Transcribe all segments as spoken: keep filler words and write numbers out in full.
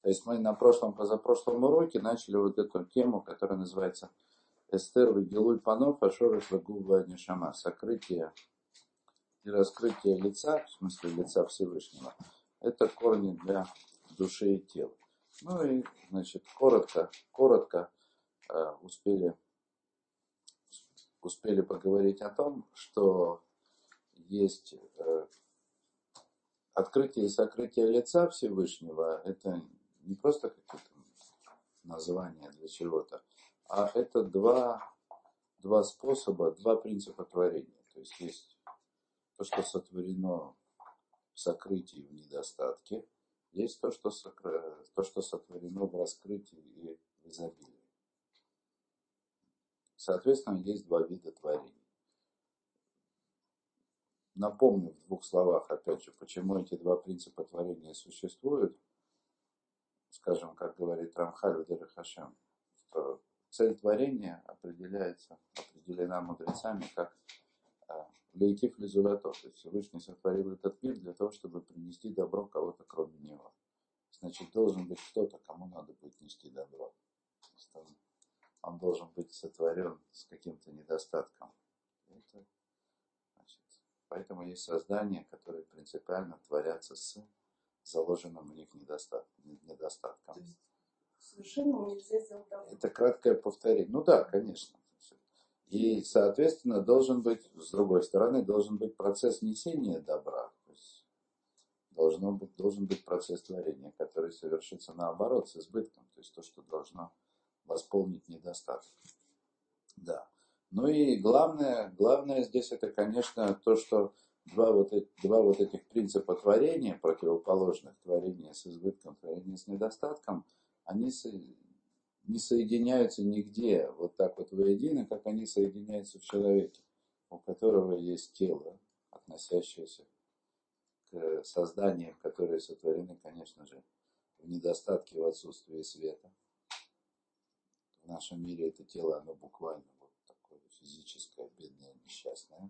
То есть мы на прошлом, позапрошлом уроке начали вот эту тему, которая называется Эстер Вегилуй Панов Ашорыш Вагува Нишама. Сокрытие и раскрытие лица, в смысле лица Всевышнего, это корни для души и тела. Ну и, значит, коротко, коротко э, успели, успели поговорить о том, что есть э, открытие и сокрытие лица Всевышнего, это не просто какие-то названия для чего-то, а это два, два способа, два принципа творения. То есть есть то, что сотворено в сокрытии и в недостатке, есть то, что, сокр... то, что сотворено в раскрытии и в изобилии. Соответственно, есть два вида творений. Напомню в двух словах, опять же, почему эти два принципа творения существуют. Скажем, как говорит Рамхаль в Дерех Хашем, что цель творения определяется, определена мудрецами как лейтив лизулято, то есть Всевышний сотворил этот мир для того, чтобы принести добро кого-то кроме него. Значит, должен быть кто-то, кому надо будет нести добро. Он должен быть сотворен с каким-то недостатком. Это, значит, поэтому есть создания, которые принципиально творятся с заложенным в них недостатком. Совершенно нельзя сделать добро. Это краткое повторение. Ну да, конечно. И, соответственно, должен быть, с другой стороны, должен быть процесс несения добра. То есть должно быть, должен быть процесс творения, который совершится наоборот, с избытком. То есть то, что должно восполнить недостаток. Да. Ну и главное, главное здесь это, конечно, то, что два вот, эти, два вот этих принципа творения, противоположных, творения с избытком, творения с недостатком, они не соединяются нигде вот так вот воедино, как они соединяются в человеке, у которого есть тело, относящееся к созданиям, которые сотворены, конечно же, в недостатке, в отсутствии света. В нашем мире это тело, оно буквально вот такое физическое, бедное, несчастное.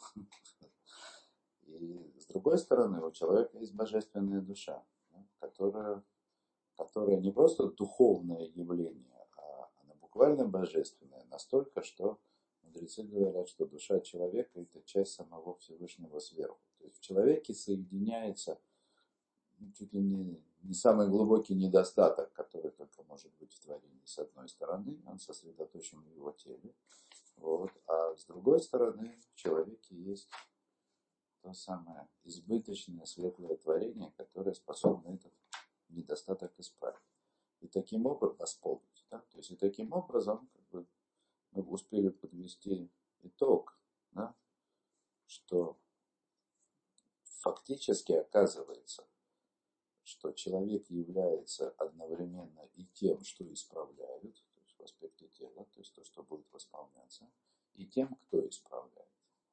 И с другой стороны, у человека есть божественная душа, которая которая не просто духовное явление, а она буквально божественная, настолько, что мудрецы говорят, что душа человека – это часть самого Всевышнего сверху. То есть в человеке соединяется ну, чуть ли не, не самый глубокий недостаток, который только может быть в творении. С одной стороны, он сосредоточен в его теле, вот, а с другой стороны, в человеке есть то самое избыточное светлое творение, которое способно этот недостаток исправить. И таким образом восполнить. Да? То есть и таким образом как бы, мы успели подвести итог, да? Что фактически оказывается, что человек является одновременно и тем, что исправляют, то есть в аспекте тела, то есть то, что будет восполняться, и тем, кто исправляет.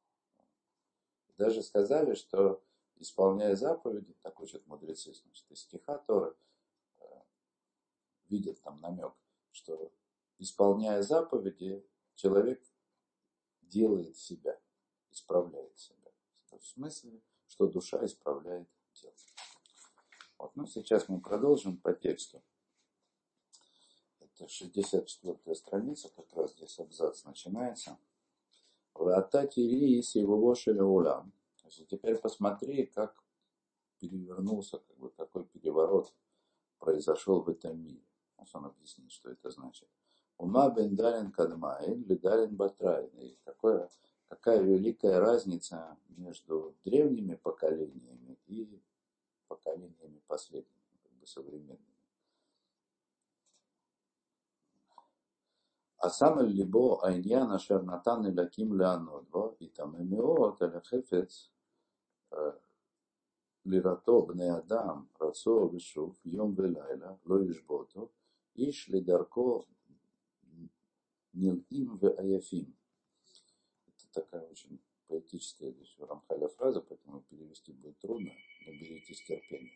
Даже сказали, что исполняя заповеди, так учат мудрецы, значит, из стиха Торы, э, видят там намек, что исполняя заповеди, человек делает себя, исправляет себя. В смысле, что душа исправляет тело. Вот, ну, сейчас мы продолжим по тексту. Это шестьдесят четвёртая страница, как раз здесь абзац начинается. Вататири сивовошеля улам. Теперь посмотри, как перевернулся, как бы, какой переворот произошел в этом мире. Он объяснит, что это значит. Ума бен дарин кадмаин, лидарин батраин. И какая, какая великая разница между древними поколениями и поколениями последними, как бы современными. Асам либо айньяна шернатан и лаким леанодво, и там эмеот, аля хефец, лирато бне адам, рацо вишув, йом велайла, ло ишбото, иш лидарко нилим ве аяфим. Это такая очень поэтическая здесь у Рамхаля фраза, поэтому перевести будет трудно, наберитесь терпения.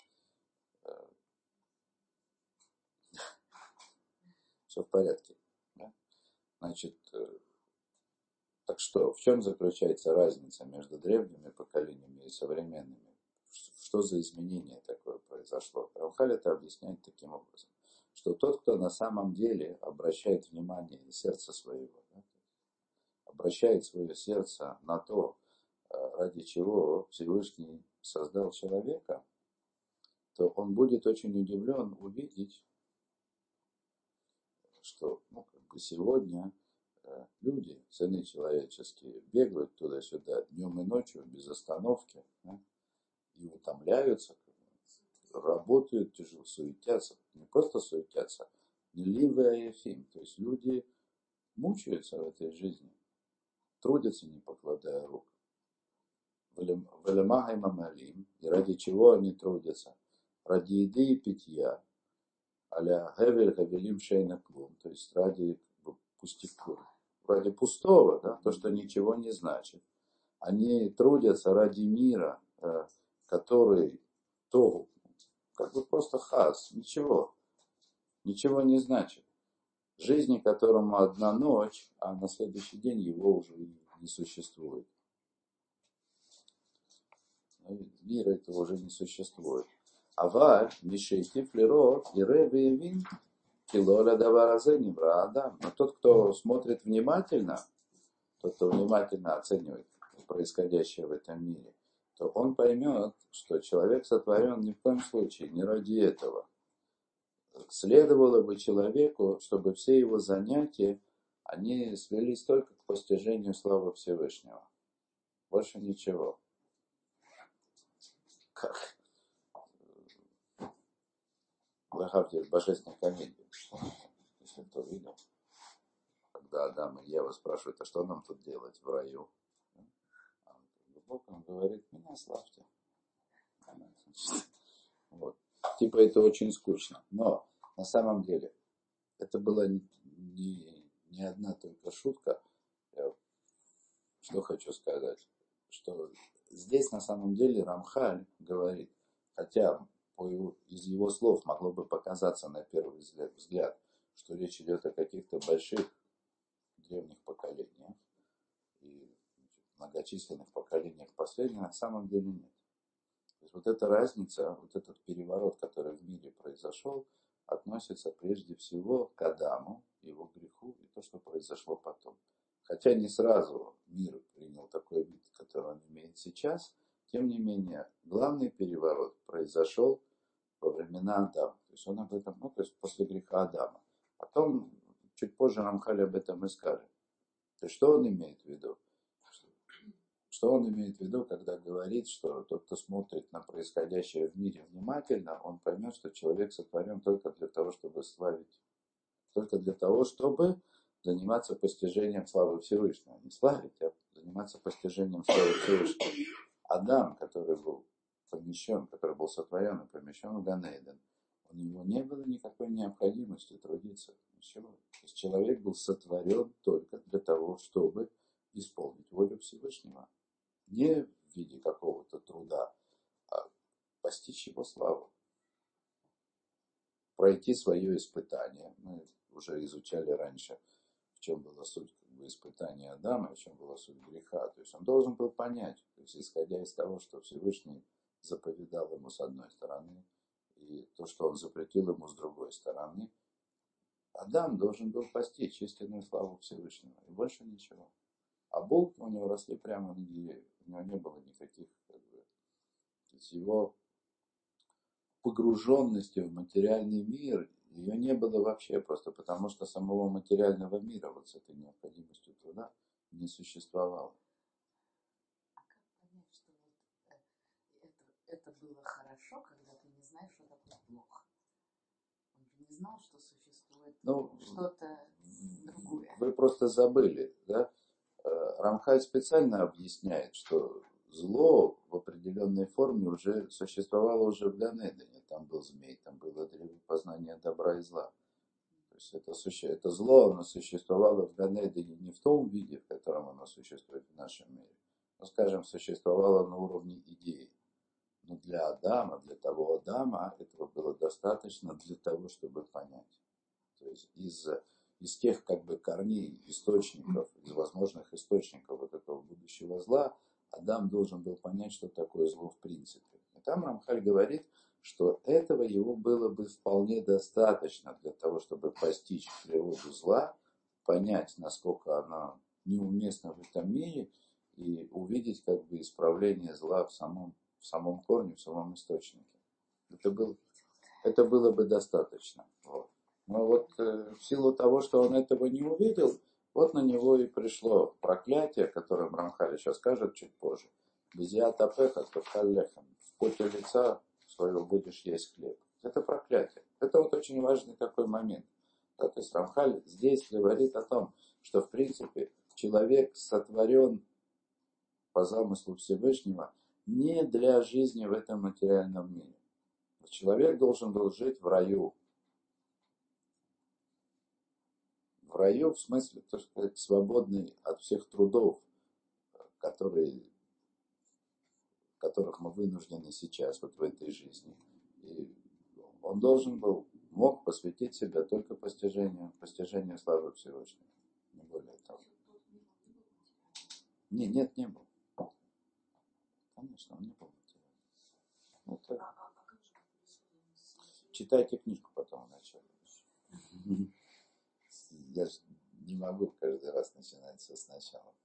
Все в порядке. Да? Значит, так что, в чем заключается разница между древними поколениями и современными? Что за изменение такое произошло. Рамхаль это объясняет таким образом, что тот, кто на самом деле обращает внимание сердца своего, да, обращает свое сердце на то, ради чего Всевышний создал человека, то он будет очень удивлен увидеть, что ну, как бы сегодня э, люди, сыны человеческие, бегают туда-сюда днем и ночью без остановки, да, и утомляются, работают тяжело, суетятся, не просто суетятся, не ливы, а ефим, то есть люди мучаются в этой жизни, трудятся, не покладая рук. Велемахай мамалим, и ради чего они трудятся? Ради еды и питья, аля гевель гавелим шейна клум, то есть ради пустяков, ради пустого, да, то, что ничего не значит. Они трудятся ради мира, который то, как бы просто хас, ничего, ничего не значит. Жизни которому одна ночь, а на следующий день его уже не существует. Мира этого уже не существует. Аваль, мишейтив лирот, и рэбе явин, килоля даваразе нибра адам. Но тот, кто смотрит внимательно, тот, кто внимательно оценивает происходящее в этом мире, то он поймет, что человек сотворен ни в коем случае не ради этого. Следовало бы человеку, чтобы все его занятия, они свелись только к постижению славы Всевышнего. Больше ничего. Как? В божественной комедии, если кто видел, когда Адам и Ева спрашивают, а что нам тут делать в раю? А Бог он говорит, меня славьте. Вот. Типа это очень скучно. Но на самом деле это была не, не, не одна только шутка. Я что хочу сказать, что здесь на самом деле Рамхаль говорит, хотя по его, из его слов могло бы показаться на первый взгляд, взгляд, что речь идет о каких-то больших древних поколениях и многочисленных поколениях последних, на самом деле нет. То есть вот эта разница, вот этот переворот, который в мире произошел, относится прежде всего к Адаму, его греху и то, что произошло потом. Хотя не сразу мир принял такой вид, который он имеет сейчас, тем не менее, главный переворот произошел во времена Адама. То есть он об этом, ну, то есть после греха Адама. Потом, чуть позже Рамхаль об этом и скажет. То есть что он имеет в виду? Что он имеет в виду, когда говорит, что тот, кто смотрит на происходящее в мире внимательно, он поймет, что человек сотворен только для того, чтобы славить, только для того, чтобы заниматься постижением славы Всевышнего. Не славить, а заниматься постижением славы Всевышнего. Адам, который был помещен, который был сотворен и помещен в Ганейден, у него не было никакой необходимости трудиться. Ничего. То есть человек был сотворен только для того, чтобы исполнить волю Всевышнего. Не в виде какого-то труда, а постичь его славу. Пройти свое испытание. Мы уже изучали раньше, в чем была суть как бы, испытания Адама, в чем была суть греха. То есть он должен был понять, то есть исходя из того, что Всевышний заповедал ему с одной стороны, и то, что он запретил ему с другой стороны, Адам должен был постичь истинную славу Всевышнего. И больше ничего. А булки у него росли прямо на деревьях. У него не было никаких, как бы, то есть его погруженности в материальный мир, ее не было вообще, просто потому что самого материального мира вот с этой необходимостью труда не существовало. А как понять, что вот это, это было хорошо, когда ты не знаешь, что такое плохо? Он же не знал, что существует ну, что-то другое. Вы просто забыли, да? Рамхаль специально объясняет, что зло в определенной форме уже существовало уже в Ганедене. Там был змей, там было древо познания добра и зла. То есть это, суще... это зло, оно существовало в Ганедене не в том виде, в котором оно существует в нашем мире. Но, скажем, существовало на уровне идеи. Но для Адама, для того Адама, этого было достаточно для того, чтобы понять. То есть из из тех как бы корней, источников, из возможных источников вот этого будущего зла, Адам должен был понять, что такое зло в принципе. И там Рамхаль говорит, что этого его было бы вполне достаточно для того, чтобы постичь природу зла, понять, насколько она неуместна в этом мире, и увидеть как бы исправление зла в самом, в самом корне, в самом источнике. Это, был, это было бы достаточно. Вот. Но вот э, в силу того, что он этого не увидел, вот на него и пришло проклятие, которое Рамхаль сейчас скажет чуть позже. Безиата пеха, тахаллехам. В поте лица своего будешь есть хлеб. Это проклятие. Это вот очень важный такой момент. Да, то есть Рамхаль здесь говорит о том, что в принципе человек сотворен по замыслу Всевышнего не для жизни в этом материальном мире. Человек должен был жить в раю. В раю в смысле, так сказать, свободный от всех трудов, которые, которых мы вынуждены сейчас вот в этой жизни. И он должен был, мог посвятить себя только постижению, постижению славы Всевышнего. Не более того. Не, нет, не был. Конечно, он не был материальным. Это... Читайте книжку потом вначале. Я же не могу каждый раз начинать все сначала.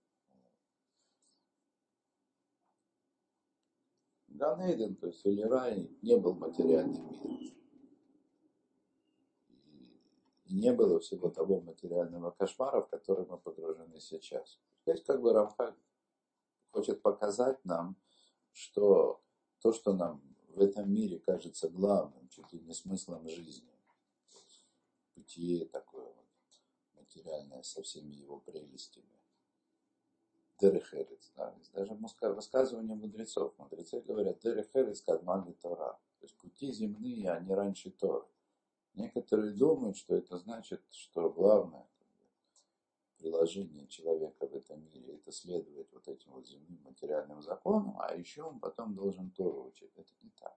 Ган Эйден, то есть или рай, не был материальным миром. И не было всего того материального кошмара, в который мы погружены сейчас. Здесь как бы Рамхаль хочет показать нам, что то, что нам в этом мире кажется главным, чуть ли не смыслом жизни, бытие такое вот материальное со всеми его прелестями, Дерехерец, да, даже высказывания мудрецов. Мудрецы говорят, Дерехерец кадман Тора, то есть пути земные, они раньше Торы. Некоторые думают, что это значит, что главное приложение человека в этом мире это следовать вот этим вот земным материальным законам, а еще он потом должен Тору учить. Это не так.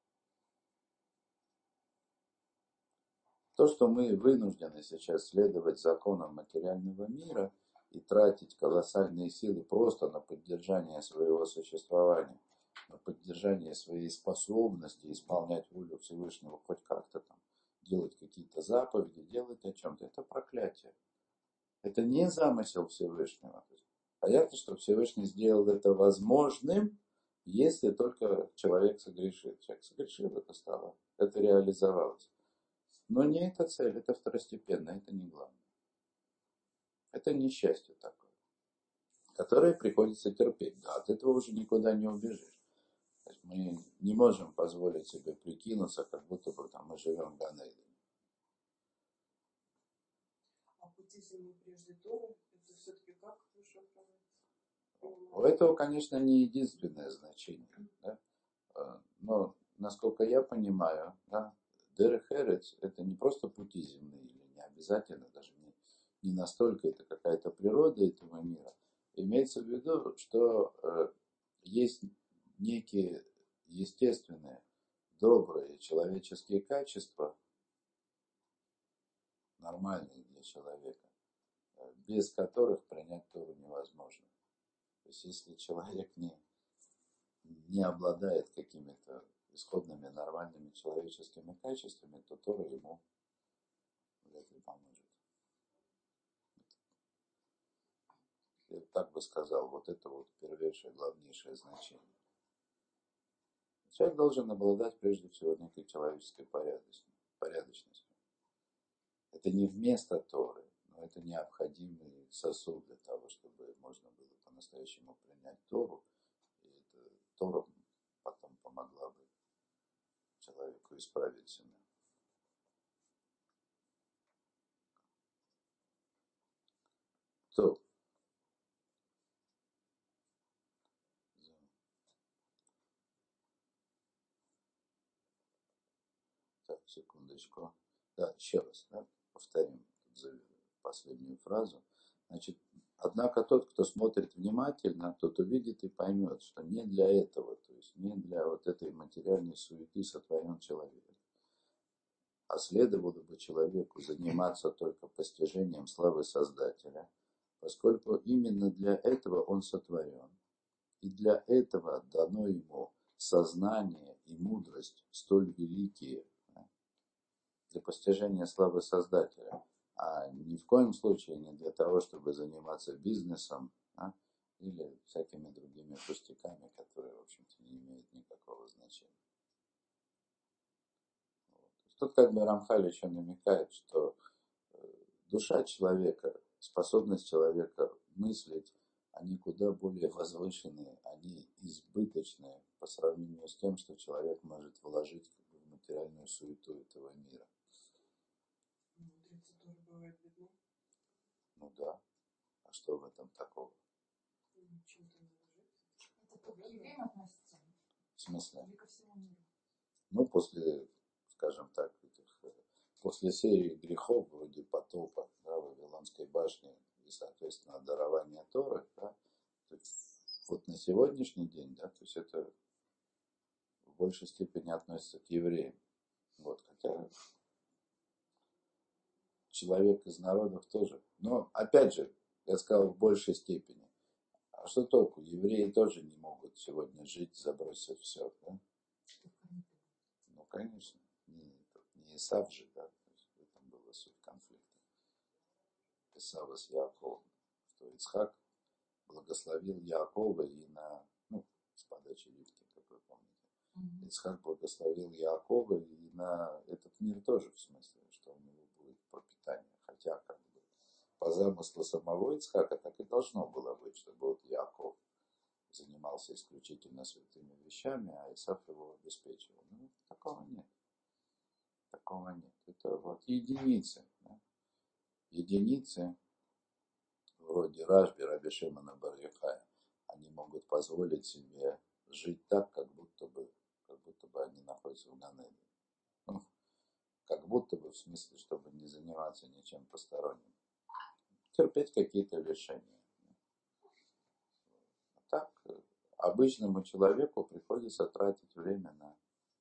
То, что мы вынуждены сейчас следовать законам материального мира и тратить колоссальные силы просто на поддержание своего существования, на поддержание своей способности исполнять волю Всевышнего, хоть как-то там, делать какие-то заповеди, делать о чем-то, это проклятие. Это не замысел Всевышнего. Понятно, что Всевышний сделал это возможным, если только человек согрешит. Человек согрешил, это стало, это реализовалось. Но не эта цель, это второстепенно, это не главное. Это несчастье такое, которое приходится терпеть. Да, от этого уже никуда не убежишь. То есть мы не можем позволить себе прикинуться, как будто бы там мы живем в Ган Эйдене. А пути земли прежде Торы, это все-таки как выше У этого, конечно, не единственное значение. Да? Но, насколько я понимаю, да, Дерех Эрец это не просто пути земные, или не обязательно, даже не, не настолько это какая-то природа этого мира. Имеется в виду, что э, есть некие естественные, добрые человеческие качества, нормальные для человека, без которых принять Тору невозможно. То есть если человек не, не обладает какими-то исходными нормальными человеческими качествами, то Тора ему вряд ли поможет. Я так бы сказал, вот это вот первейшее, главнейшее значение. Человек должен обладать прежде всего некой человеческой порядочностью. Это не вместо Торы, но это необходимый сосуд для того, чтобы можно было по-настоящему принять Тору. И эта Тора потом помогла бы человеку исправить себя. То. Так, секундочку. Да, еще раз, да, повторим последнюю фразу. Значит, однако тот, кто смотрит внимательно, тот увидит и поймет, что не для этого, то есть не для вот этой материальной суеты сотворен человек. А следовало бы человеку заниматься только постижением славы Создателя, поскольку именно для этого он сотворен. И для этого дано ему сознание и мудрость столь великие, да, для постижения славы Создателя, а ни в коем случае не для того, чтобы заниматься бизнесом, да, или всякими другими пустяками, которые, в общем-то, не имеют никакого значения. Вот. Тут как бы Рамхаль еще намекает, что душа человека, способность человека мыслить, они куда более возвышенные, они избыточные по сравнению с тем, что человек может вложить как бы в материальную суету этого мира. Мудрецы тоже бывает видно. Ну да. А что в этом такого? Чем-то не ложится. Это только к евреям относится? В смысле? Или ко всему миру? Ну, после, скажем так, этих, после серии грехов, вроде потопа, да, Вавилонской башни и, соответственно, дарования Торы, да, то есть вот на сегодняшний день, да, то есть это в большей степени относится к евреям. Вот, хотя человек из народов тоже. Но, опять же, я сказал, в большей степени. А что толку? Евреи тоже не могут сегодня жить, забросив все, да? Ну, конечно. Не, не Исав же, да? То есть в этом была суть конфликта. Исава с Яаковом. Что Ицхак благословил Яакова и на, ну, с подачи Ривки, как вы помните. Mm-hmm. Ицхак благословил Яакова и на этот мир тоже, в смысле, что у него будет пропитание. Хотя, как бы, по замыслу самого Ицхака так и должно было быть, чтобы вот Яаков занимался исключительно святыми вещами, а Исав его обеспечивал. Ну, такого нет. Такого нет. Это вот единицы. Да? Единицы, вроде Рашби, Раби Шимона бар Йохая, они могут позволить себе жить так, как будто бы, как будто бы они находятся в Ганеде. Ну, как будто бы, в смысле, чтобы не заниматься ничем посторонним. Терпеть какие-то лишения. А так, обычному человеку приходится тратить время на,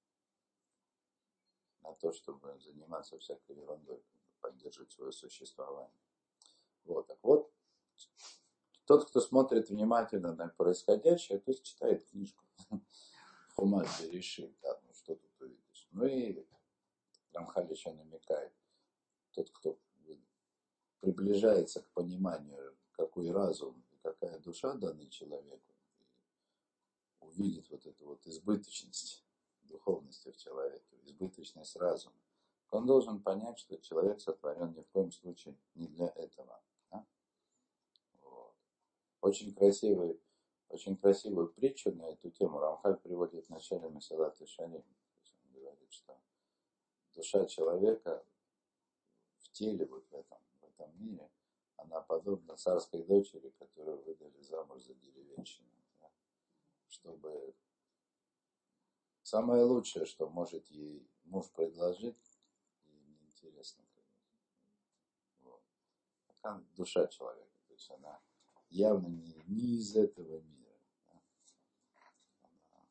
на то, чтобы заниматься всякой ерундой, поддерживать свое существование. Вот, так вот, тот, кто смотрит внимательно на происходящее, то есть читает книжку Хумаш Берешит, да, ну что тут увидишь. Ну и Рамхаль еще намекает, тот, кто приближается к пониманию, какой разум и какая душа даны человеку, увидит вот эту вот избыточность духовности в человеке, избыточность разума, он должен понять, что человек сотворен ни в коем случае не для этого. Да? Вот. Очень красивый, очень красивую притчу на эту тему Рамхаль приводит в начале Месилат Йешарим. Он говорит, что душа человека в теле, вот в этом, в этом мире, она подобна царской дочери, которую выдали замуж за деревенщину. Да? Чтобы самое лучшее, что может ей муж предложить, ей неинтересно. Вот. Такая душа человека, то есть она явно не, не из этого мира. Да? Она...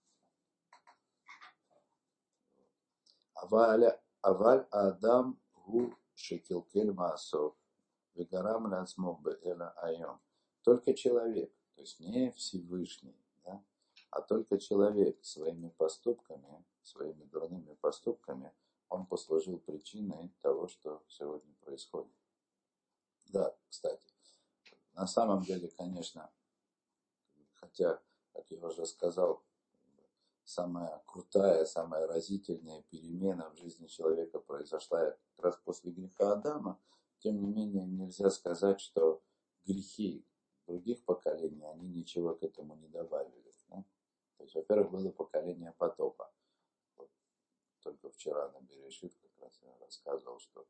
Аваль, аваль Адам гу шекилкель маасов, вегарам лацмох беэла айом. Только человек, то есть не Всевышний, да, а только человек своими поступками, своими дурными поступками, он послужил причиной того, что сегодня происходит. Да, кстати, на самом деле, конечно, хотя, как я уже сказал, самая крутая, самая разительная перемена в жизни человека произошла как раз после греха Адама, тем не менее нельзя сказать, что грехи других поколений, они ничего к этому не добавили. Да? То есть, во-первых, было поколение потопа. Вот, только вчера на Берешит как раз я рассказывал, что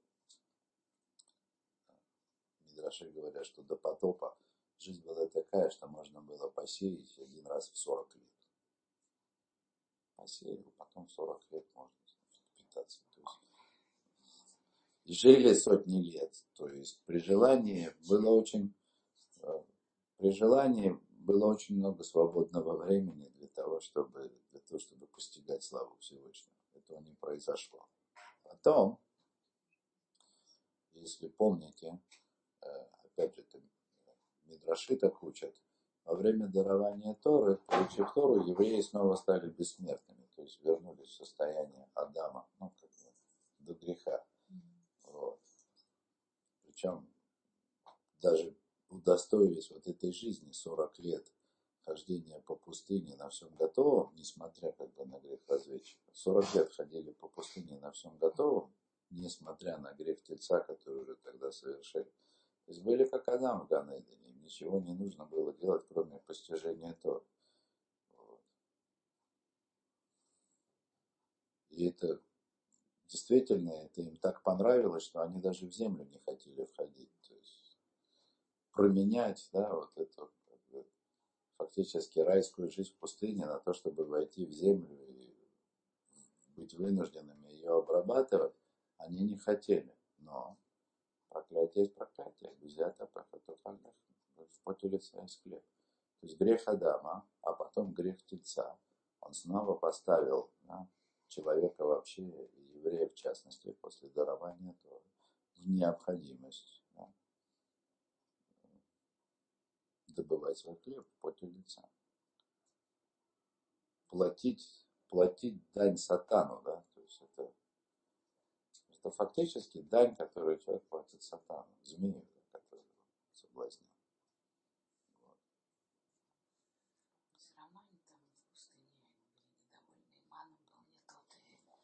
мидраши говорят, что до потопа жизнь была такая, что можно было посеять один раз в сорок лет. Посеял, потом сорок лет можно питаться. То есть, и жили сотни лет. То есть при желании было очень при желании было очень много свободного времени для того, чтобы, для того, чтобы постигать славу Всевышнего. Этого не произошло. Потом, если помните, опять же, мидраши так учат, во время дарования Торы, получив Тору, евреи снова стали бессмертными, то есть вернулись в состояние Адама, ну, как бы, до греха. Вот. Причем даже удостоились вот этой жизни сорок лет хождения по пустыне на всем готовом, несмотря как бы на грех разведчика. сорок лет ходили по пустыне на всем готовом, несмотря на грех тельца, который уже тогда совершили. То есть были как Адам в Ганедене, им ничего не нужно было делать, кроме постижения Торы. Вот. И это действительно, это им так понравилось, что они даже в землю не хотели входить. То есть променять, да, вот эту как бы, фактически райскую жизнь в пустыне на то, чтобы войти в землю и быть вынужденными ее обрабатывать, они не хотели. Но проклятие есть проклятие. Взято в поте лица и склеп. То есть грех Адама, а потом грех тельца. Он снова поставил, да, человека вообще, и еврея в частности, после дарования Торы, в необходимость, да, добывать свой хлеб в поте лица. Платить, платить дань сатану, да, то есть это, это фактически дань, которую человек платит сатану, змею, который соблазнил. Вот. Все равно они там в пустыне были недовольны. Маном был не тот.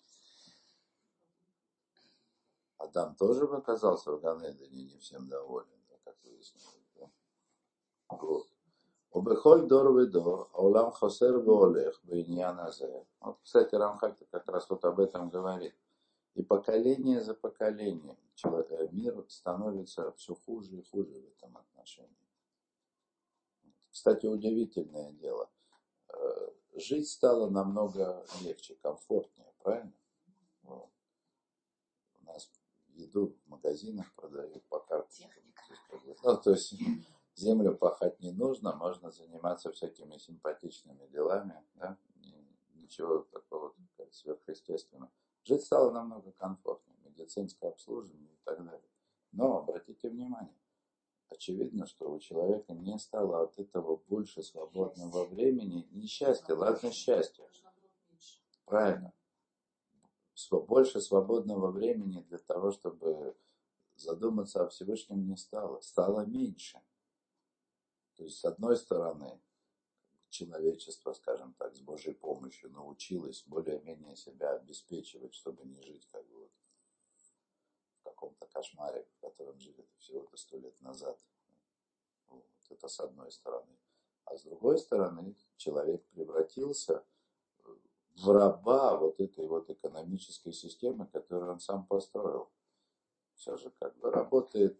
Адам тоже оказался в Ганедене не всем доволен, да, как выяснилось. Да? Вот. Убехоль дор ведор, аулам хосер веолех, бейньян азе. Вот, кстати, Рамхаль как раз вот об этом говорит. И поколение за поколением человек, мир становится все хуже и хуже в этом отношении. Кстати, удивительное дело. Жить стало намного легче, комфортнее, правильно? Вот. У нас еду в магазинах продают по карте. Ну, то есть землю пахать не нужно, можно заниматься всякими симпатичными делами, да? Ничего такого сверхъестественного. Жить стало намного комфортнее, медицинское обслуживание и так далее. Но обратите внимание, очевидно, что у человека не стало от этого больше свободного времени. Не счастья, ладно, счастье. Правильно. Больше свободного времени для того, чтобы задуматься о Всевышнем, не стало. Стало меньше. То есть, с одной стороны, человечество, скажем так, с Божьей помощью научилось более-менее себя обеспечивать, чтобы не жить как бы вот в каком-то кошмаре, в котором жили всего-то сто лет назад. Вот. Это с одной стороны. А с другой стороны, человек превратился в раба вот этой вот экономической системы, которую он сам построил. Все же как бы работает,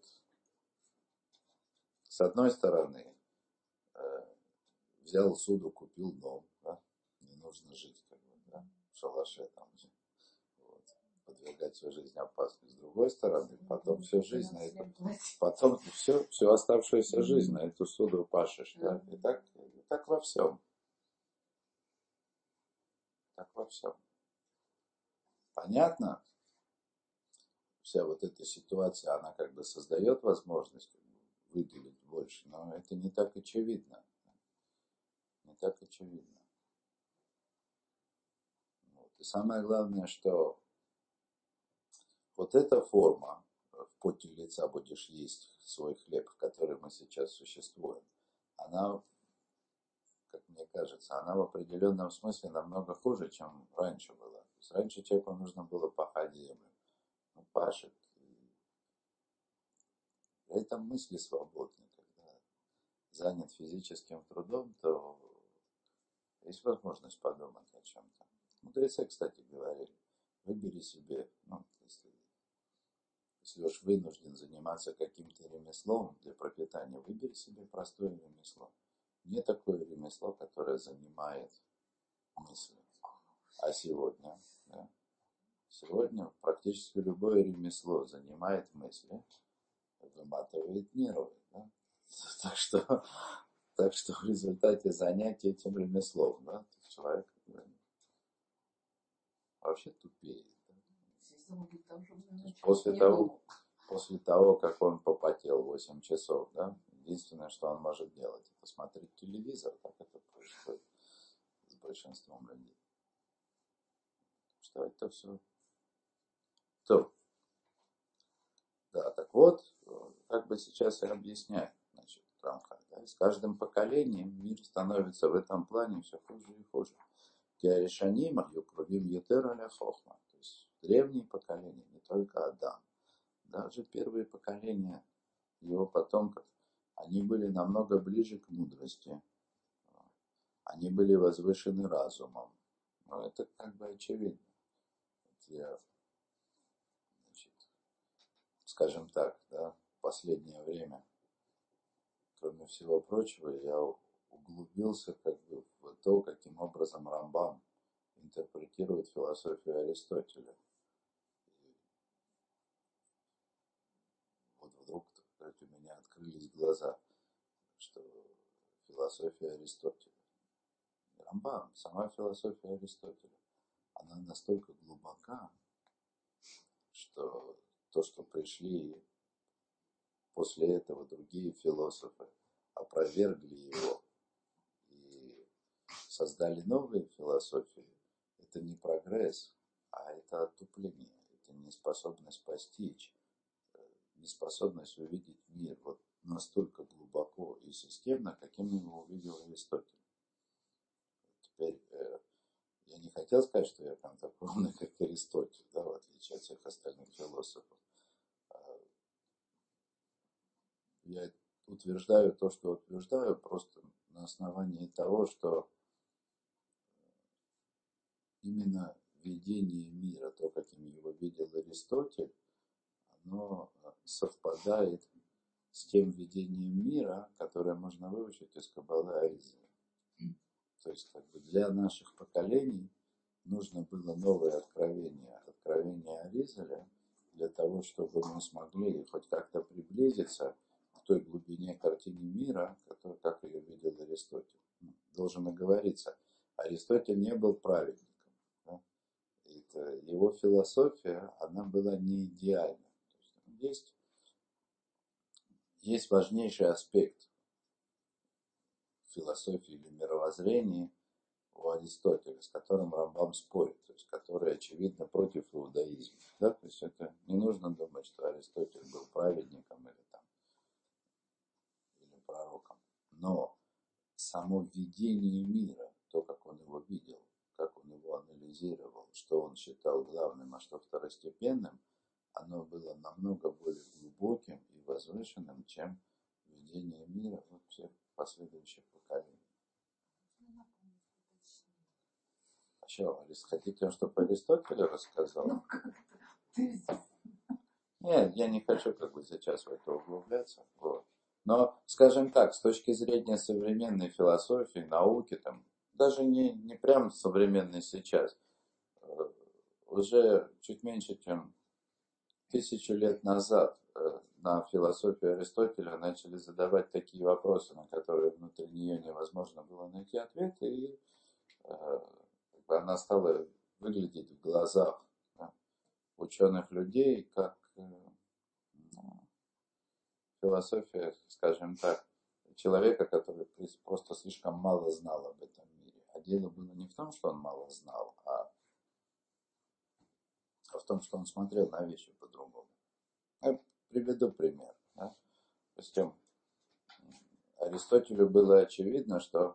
с одной стороны, э, взял суду, купил дом, да? Не нужно жить как бы, да? В шалаше там, вот, подвергать свою жизнь опасности. С другой стороны, потом всю жизнь на эту, потом все, всю оставшуюся жизнь на эту суду пашешь, да? И так, и так во всем. Так во всем. Понятно? Вся вот эта ситуация, она как бы создает возможность выделить больше, но это не так очевидно. Не так очевидно. Вот. И самое главное, что вот эта форма, в поте лица будешь есть свой хлеб, в которой мы сейчас существуем, она, как мне кажется, она в определенном смысле намного хуже, чем раньше была. То есть раньше человеку нужно было пахать землю. Он пашет. При этом мысли свободны. Когда занят физическим трудом, то есть возможность подумать о чем-то. Мудрецы, кстати, говорили, выбери себе, ну, если, если уж вынужден заниматься каким-то ремеслом для пропитания, выбери себе простое ремесло. Не такое ремесло, которое занимает мысли. А сегодня, да, сегодня практически любое ремесло занимает мысли, выматывает нервы. Да? Так что, так что в результате занятия этим ремеслом, да, человек, да, вообще тупеет. Да? После того, после того, как он попотел восемь часов, да, единственное, что он может делать, это смотреть телевизор, так это происходит с большинством людей. Что это все? То. Да, так вот, как бы сейчас я объясняю, значит, Рамхаль, да, с каждым поколением мир становится в этом плане все хуже и хуже. Киаришаним, Юкрувим, Ютер, аля Хохма. То есть древние поколения, не только Адам, даже первые поколения его потомков, они были намного ближе к мудрости. Они были возвышены разумом. Но это как бы очевидно. Я, значит, скажем так, да, в последнее время, кроме всего прочего, я углубился как бы в то, каким образом Рамбам интерпретирует философию Аристотеля. И вот вдруг у меня открылись глаза, что философия Аристотеля, Рамбам, сама философия Аристотеля, она настолько глубока, что то, что пришли после этого другие философы, опровергли его и создали новые философии, это не прогресс, а это отупление, это неспособность постичь, неспособность увидеть мир вот настолько глубоко и системно, каким его увидел Аристотель. Теперь э, я не хотел сказать, что я прям такой умный, как Аристотель, да, в отличие от всех остальных философов. Я утверждаю то, что утверждаю, просто на основании того, что именно видение мира, то, каким его видел Аристотель, оно совпадает с тем видением мира, которое можно выучить из Каббалы Аризаля. То есть, как бы для наших поколений нужно было новое откровение, откровение Аризаля, для того, чтобы мы смогли хоть как-то приблизиться к той глубине картины мира, которую, как ее видел Аристотель. Должен оговориться, Аристотель не был праведником. Да? Это, его философия, она была не идеальна. Есть, есть важнейший аспект философии или мировоззрения у Аристотеля, с которым Рамбам спорит, то есть который, очевидно, против иудаизма. Да? То есть это не нужно думать, что Аристотель был праведником или, там, или пророком. Но само видение мира, то, как он его видел, как он его анализировал, что он считал главным, а что второстепенным, оно было намного более глубоким и возвышенным, чем видение мира вот всех последующих поколений. А что, хотите, чтобы Аристотель рассказал? Нет, я не хочу как бы сейчас в это углубляться. Вот. Но, скажем так, с точки зрения современной философии, науки, там, даже не, не прям современной сейчас, уже чуть меньше, чем тысячу лет назад на философию Аристотеля начали задавать такие вопросы, на которые внутри нее невозможно было найти ответы, и э, она стала выглядеть в глазах, да, ученых людей как э, философия, скажем так, человека, который просто слишком мало знал об этом мире. А дело было не в том, что он мало знал, а, а в том, что он смотрел на вещи по-другому. Я приведу пример. Да? Допустим, Аристотелю было очевидно, что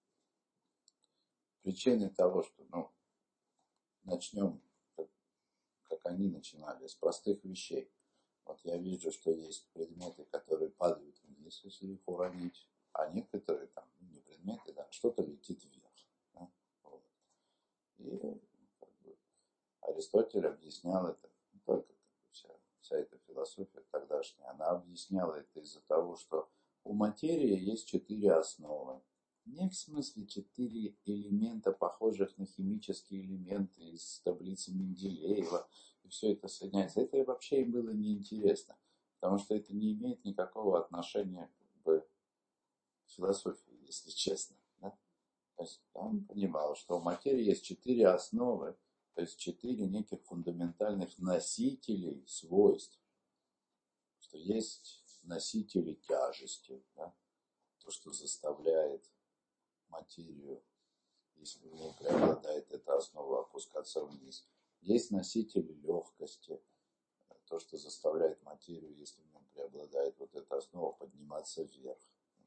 причины того, что, ну, начнем, как, как они начинали, с простых вещей. Вот я вижу, что есть предметы, которые падают вниз, если их уронить, а некоторые там, не предметы, да, что-то летит вверх. Да? Вот. И как бы, Аристотель объяснял это, не только как бы, вся, вся эта философия тогдашняя, она объясняла это из-за того, что у материи есть четыре основы. Не в смысле четыре элемента, похожих на химические элементы из таблицы Менделеева, и все это соединяется. Это вообще им было неинтересно, потому что это не имеет никакого отношения к философии, если честно. Да? То есть он понимал, что у материи есть четыре основы, то есть четыре неких фундаментальных носителей свойств. Что есть носители тяжести, да? То, что заставляет материю, если в ней преобладает эта основа, опускаться вниз. Есть носители легкости, то, что заставляет материю, если в нем преобладает вот эта основа, подниматься вверх.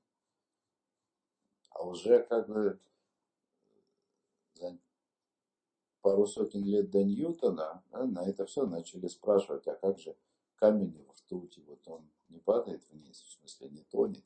А уже как бы за пару сотен лет до Ньютона, да, на это все начали спрашивать, а как же камень в ртути, вот он не падает вниз, в смысле не тонет.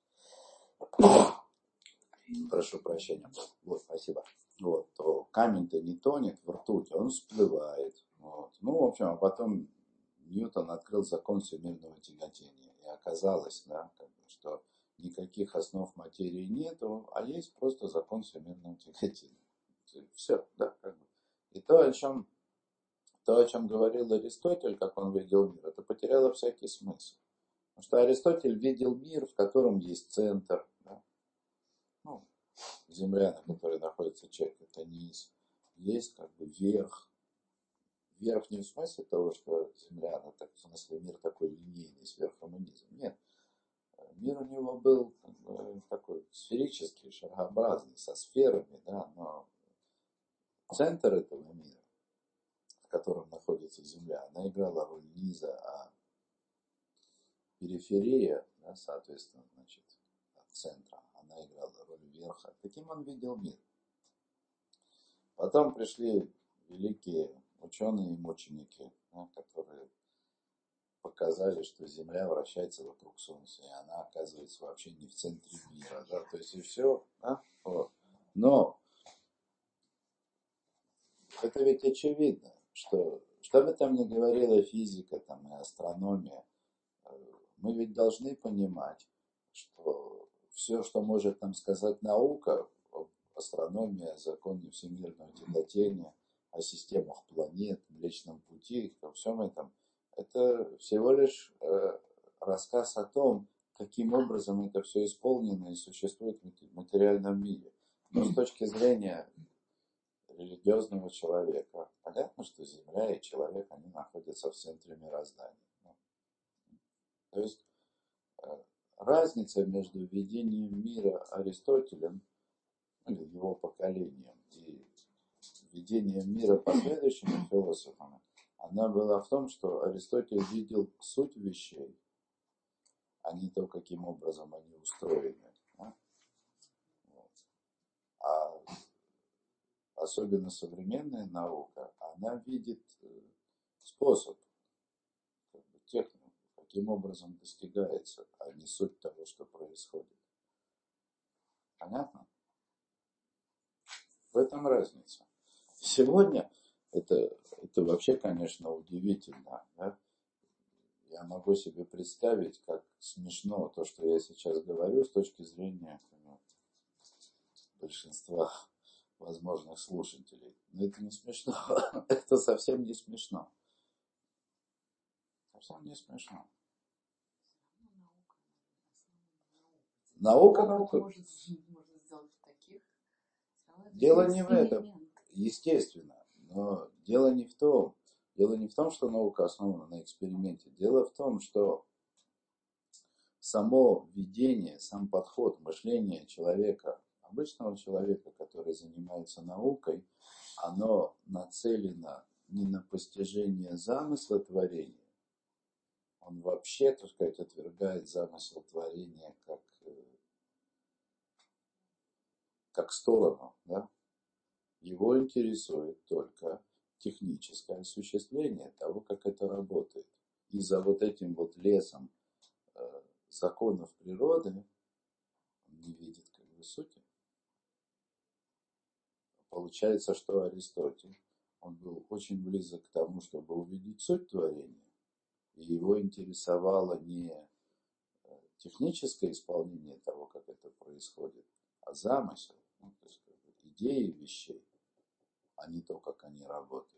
Прошу прощения. Вот, спасибо. Вот, то камень-то не тонет в ртути, он всплывает. Вот. Ну, в общем, а потом Ньютон открыл закон всемирного тяготения. И оказалось, да, как бы, что никаких основ материи нету, а есть просто закон всемирного тяготения. Все, да, как бы. И то, о чем, то, о чем говорил Аристотель, как он видел мир, это потеряло всякий смысл. Потому что Аристотель видел мир, в котором есть центр, да? Ну, земля, на которой находится человек, это низ. Есть как бы верх. Верх не в смысле того, что земля, она так, в смысле мир такой линейный, с верхом и низом. Нет. Мир у него был как бы, такой сферический, шарообразный, со сферами, да, но центр этого мира, в котором находится Земля, она играла роль низа, а периферия, да, соответственно, значит, от центра, она играла роль верха. Таким он видел мир. Потом пришли великие ученые и мученики, да, которые показали, что Земля вращается вокруг Солнца, и она оказывается вообще не в центре мира. Да, то есть и все. Да? Вот. Но это ведь очевидно, что что бы там ни говорила физика там, и астрономия, мы ведь должны понимать, что все, что может нам сказать наука, астрономия, законы всемирного тяготения, о системах планет, Млечном пути, во всем этом, это всего лишь э, рассказ о том, каким образом это все исполнено и существует в материальном мире. Но с точки зрения религиозного человека, понятно, что Земля и человек, они находятся в центре мироздания. То есть разница между видением мира Аристотелем, или его поколением, и видением мира последующими философами, она была в том, что Аристотель видел суть вещей, а не то, каким образом они устроены. Да? Вот. А особенно современная наука, она видит способ, как бы, технику, каким образом достигается, а не суть того, что происходит. Понятно? В этом разница. Сегодня это, это вообще, конечно, удивительно. Да? Я могу себе представить, как смешно то, что я сейчас говорю, с точки зрения ну, большинства возможных слушателей. Но это не смешно. Это совсем не смешно. Совсем не смешно. Наука, наука. Может, можно сделать в таких. Дело не в этом, естественно. Но дело не в том. Дело не в том, что наука основана на эксперименте. Дело в том, что само видение, сам подход, мышление человека, обычного человека, который занимается наукой, оно нацелено не на постижение замысла творения. Он вообще, так сказать, отвергает замысел творения как, как сторону. Да? Его интересует только техническое осуществление того, как это работает. И за вот этим вот лесом э, законов природы он не видит как бы сути. Получается, что Аристотель, он был очень близок к тому, чтобы увидеть суть творения. И его интересовало не техническое исполнение того, как это происходит, а замысел, ну, то есть, как бы, идеи вещей, а не то, как они работают.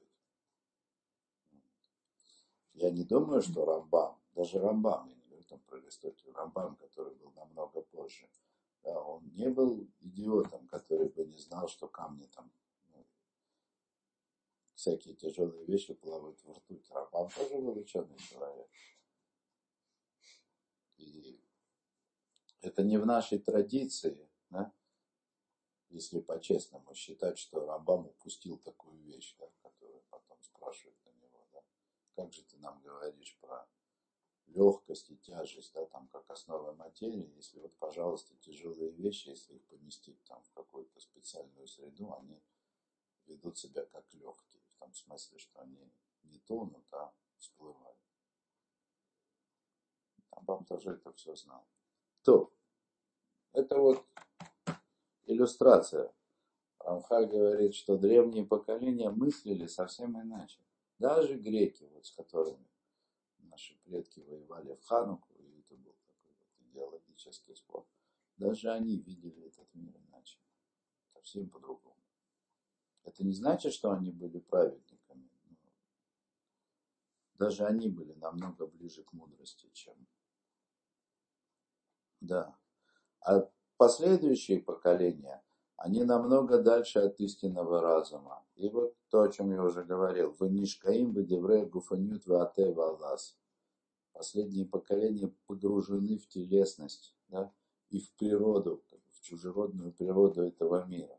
Я не думаю, что Рамбам, даже Рамбам, я не говорю там про Аристотеля, Рамбам, который был намного позже, да, он не был идиотом, который бы не знал, что камни там, ну, всякие тяжелые вещи плавают в ртуть. Рамбам тоже был ученый человек. И это не в нашей традиции, да, если по-честному считать, что Рамбам упустил такую вещь, да, которую потом спрашивают на него, да, как же ты нам говоришь про легкость и тяжесть, да, там, как основа материи, если вот, пожалуйста, тяжелые вещи, если их поместить там в какую-то специальную среду, они ведут себя как легкие, в том смысле, что они не тонут, а всплывают. Рамбам тоже это все знал. То, это вот иллюстрация. Рамхаль говорит, что древние поколения мыслили совсем иначе. Даже греки, вот, с которыми наши предки воевали в Хануку, и это был такой вот идеологический спор, даже они видели этот мир иначе. Совсем по-другому. Это не значит, что они были праведниками. Даже они были намного ближе к мудрости, чем... Да. А последующие поколения, они намного дальше от истинного разума. И вот то, о чем я уже говорил. Ванишкаим вадевре гуфанют ваате валас. Последние поколения погружены в телесность, да, и в природу, в чужеродную природу этого мира.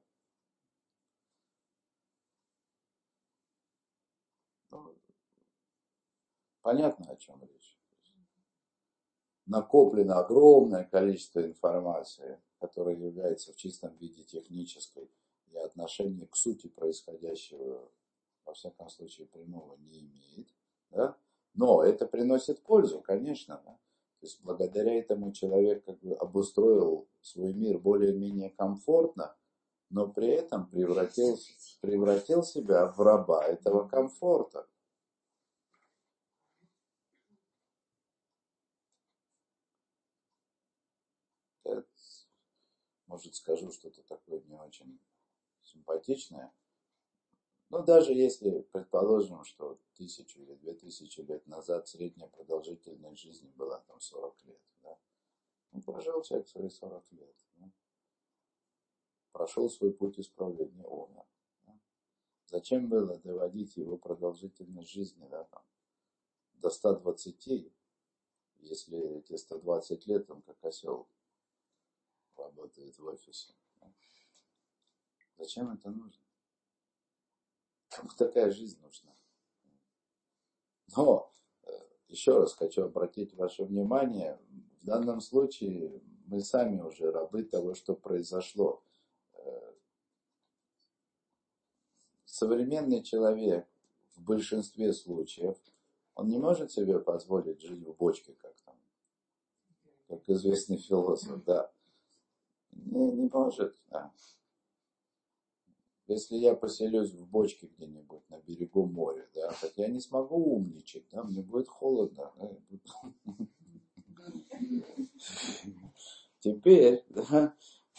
Ну, понятно, о чем речь. Накоплено огромное количество информации, которая является в чистом виде технической и отношение к сути происходящего, во всяком случае, прямого не имеет. Да? Но это приносит пользу, конечно. Да? То есть благодаря этому человек как бы обустроил свой мир более-менее комфортно, но при этом превратил, превратил себя в раба этого комфорта. Это, может, скажу что-то такое не очень симпатичное. Но даже если предположим, что тысячу или две тысячи лет назад средняя продолжительность жизни была там сорок лет, да? Ну, прожил человек свои сорок лет, да? Прошел свой путь исправления, умер. Да? Зачем было доводить его продолжительность жизни, да, там, до ста двадцати, если эти сто двадцать лет он как осел работает в офисе? Да? Зачем это нужно? Кому такая жизнь нужна? Но еще раз хочу обратить ваше внимание, в данном случае мы сами уже рабы того, что произошло. Современный человек в большинстве случаев, он не может себе позволить жить в бочке, как там, как известный философ, да. Не, не может, да. Если я поселюсь в бочке где-нибудь на берегу моря, да, так я не смогу умничать, да, мне будет холодно. Да. Теперь, да,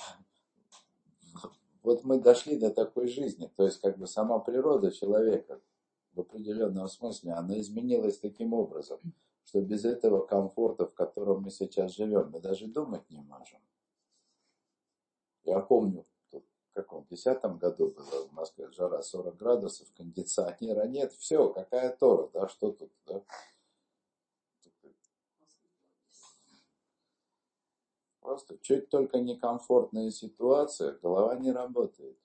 вот мы дошли до такой жизни, то есть как бы сама природа человека в определенном смысле, она изменилась таким образом, что без этого комфорта, в котором мы сейчас живем, мы даже думать не можем. Я помню, в каком десятом году было в Москве жара сорок градусов, кондиционера нет, все, какая Тора, да, что тут, да? Просто чуть только некомфортная ситуация, голова не работает.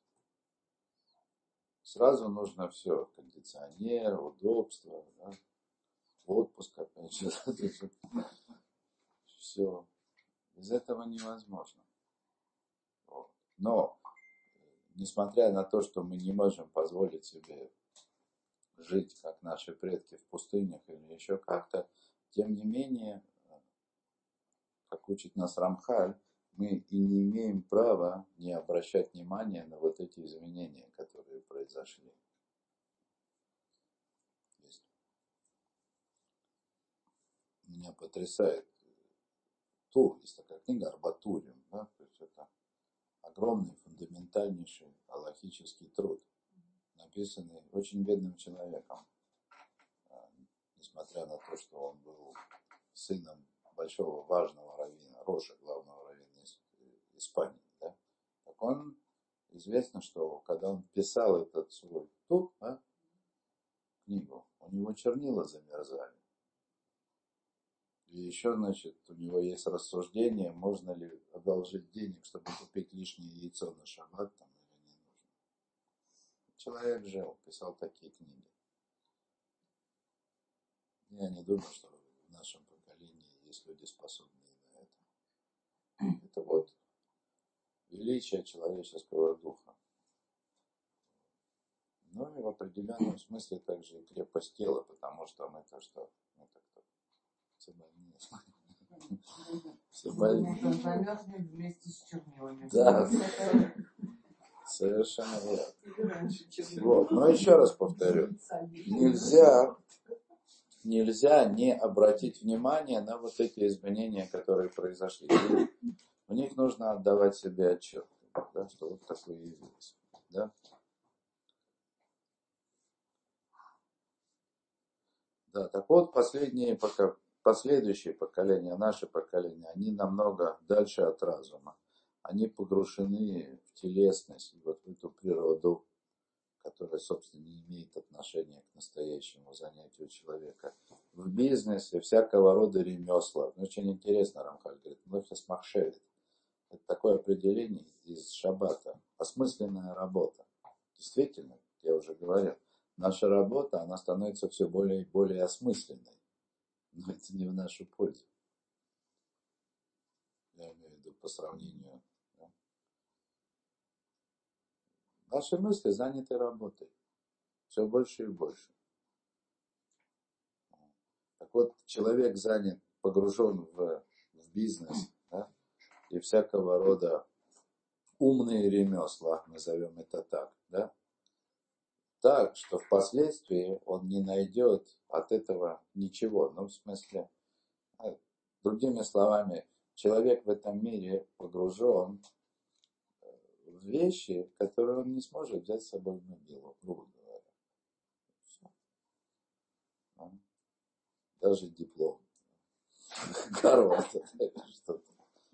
Сразу нужно все, кондиционер, удобство, да? Отпуск, опять же, все. Без этого невозможно. Но, несмотря на то, что мы не можем позволить себе жить, как наши предки в пустынях или еще как-то, тем не менее, как учит нас Рамхаль, мы и не имеем права не обращать внимания на вот эти изменения, которые произошли. Меня потрясает Тур, есть такая книга Арбатурим, да, то есть это огромный, фундаментальнейший алахический труд, написанный очень бедным человеком, несмотря на то, что он был сыном большого важного раввина, Роша, главного раввина Испании. Да? Так он, известно, что когда он писал этот свой тур, да, книгу, у него чернила замерзали. И еще, значит, у него есть рассуждение, можно ли одолжить денег, чтобы купить лишнее яйцо на шаббат, там, или не нужно. Человек жил, писал такие книги. Я не думаю, что в нашем поколении есть люди, способные на это. Это вот величие человеческого духа. Ну и в определенном смысле также и крепость тела, потому что мы-то что? Мы-то кто? Все больные. Все больные. Замерзнет вместе с чернилами. Да, совершенно верно. Вот. Но еще раз повторю, нельзя, нельзя не обратить внимание на вот эти изменения, которые произошли. И в них нужно отдавать себе отчет, да, что вот такое явилось. Да? Да, так вот, последние, пока, последующие поколения, наше поколение, они намного дальше от разума. Они погружены в телесность, вот в эту природу, которая, собственно, не имеет отношения к настоящему занятию человека. В бизнесе всякого рода ремесла. Очень интересно, Рамхаль говорит, млехес махшевит. Это такое определение из шаббата. Осмысленная работа. Действительно, я уже говорил, наша работа, она становится все более и более осмысленной. Но это не в нашу пользу. Я имею в виду по сравнению. Да? Наши мысли заняты работой. Все больше и больше. Так вот, человек занят, погружен в, в бизнес, да? И всякого рода умные ремесла, назовем это так, да? Так, что впоследствии он не найдет от этого ничего. Ну, в смысле, другими словами, человек в этом мире погружен в вещи, которые он не сможет взять с собой в могилу, грубо говоря. Все. Даже диплом. Гарвард, что-то.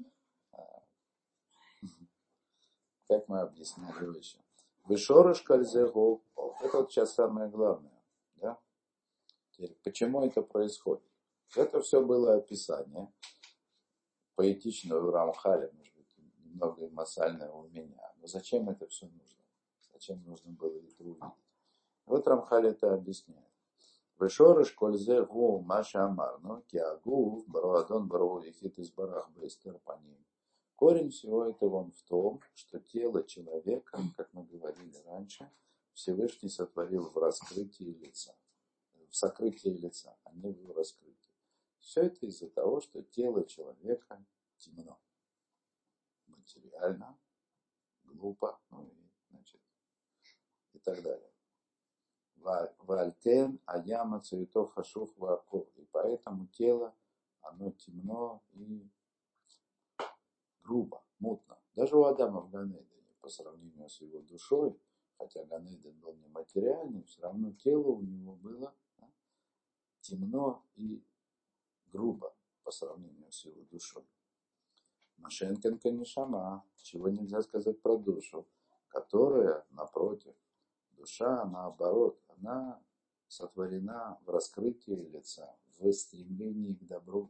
Как мы объясняли выше. Вышорыш кальзегу. Это вот сейчас самое главное. Да? Теперь, почему это происходит? Это все было описание. Поэтичное у Рамхаля, может быть, немного эмоциональное у меня. Но зачем это все нужно? Зачем нужно было это увидеть? Вот Рамхаль это объясняет. Вышорыш кальзегу маша амар. Ну, киагу, баруадон, бару, ехит из барах, бейстер по ним. Корень всего этого он в том, что тело человека, как мы говорили раньше, Всевышний сотворил в раскрытии лица. В сокрытии лица, а не в раскрытии. Все это из-за того, что тело человека темно. Материально, глупо, ну и, значит, и так далее. Вальтен, аяма, цветов, хашух, ваков. И поэтому тело, оно темно и грубо, мутно. Даже у Адама в Ганедене, по сравнению с его душой, хотя Ганеден был не материальный, все равно тело у него было, да, темно и грубо по сравнению с его душой. Машенкенко нишама, чего нельзя сказать про душу, которая, напротив, душа, наоборот, она сотворена в раскрытии лица, в стремлении к добру.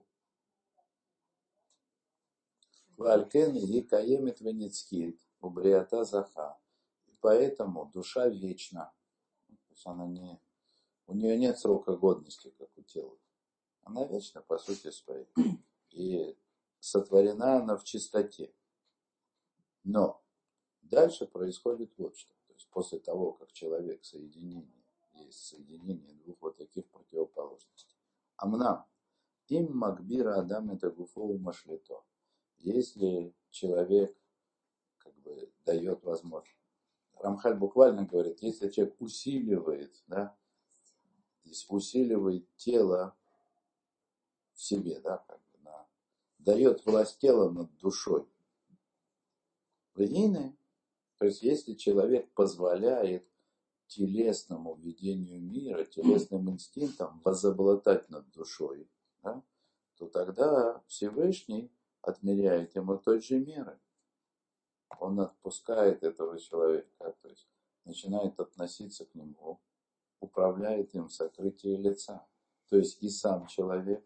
Валькен и каемит венецкит, убриата заха. И поэтому душа вечна. То есть она не, у нее нет срока годности, как у тела. Она вечна по сути своей. И сотворена она в чистоте. Но дальше происходит вот что. То есть после того, как человек соединение, есть соединение двух вот таких противоположностей. Амнам, им макбира адам это гуфову машлито. Если человек как бы дает возможность. Рамхаль буквально говорит, если человек усиливает, да, здесь усиливает тело в себе, да, как бы, да, дает власть тела над душой. Вегины, то есть если человек позволяет телесному видению мира, телесным инстинктам возобладать над душой, да, то тогда Всевышний отмеряет ему той же меры. Он отпускает этого человека, то есть начинает относиться к нему, управляет им в сокрытии лица. То есть и сам человек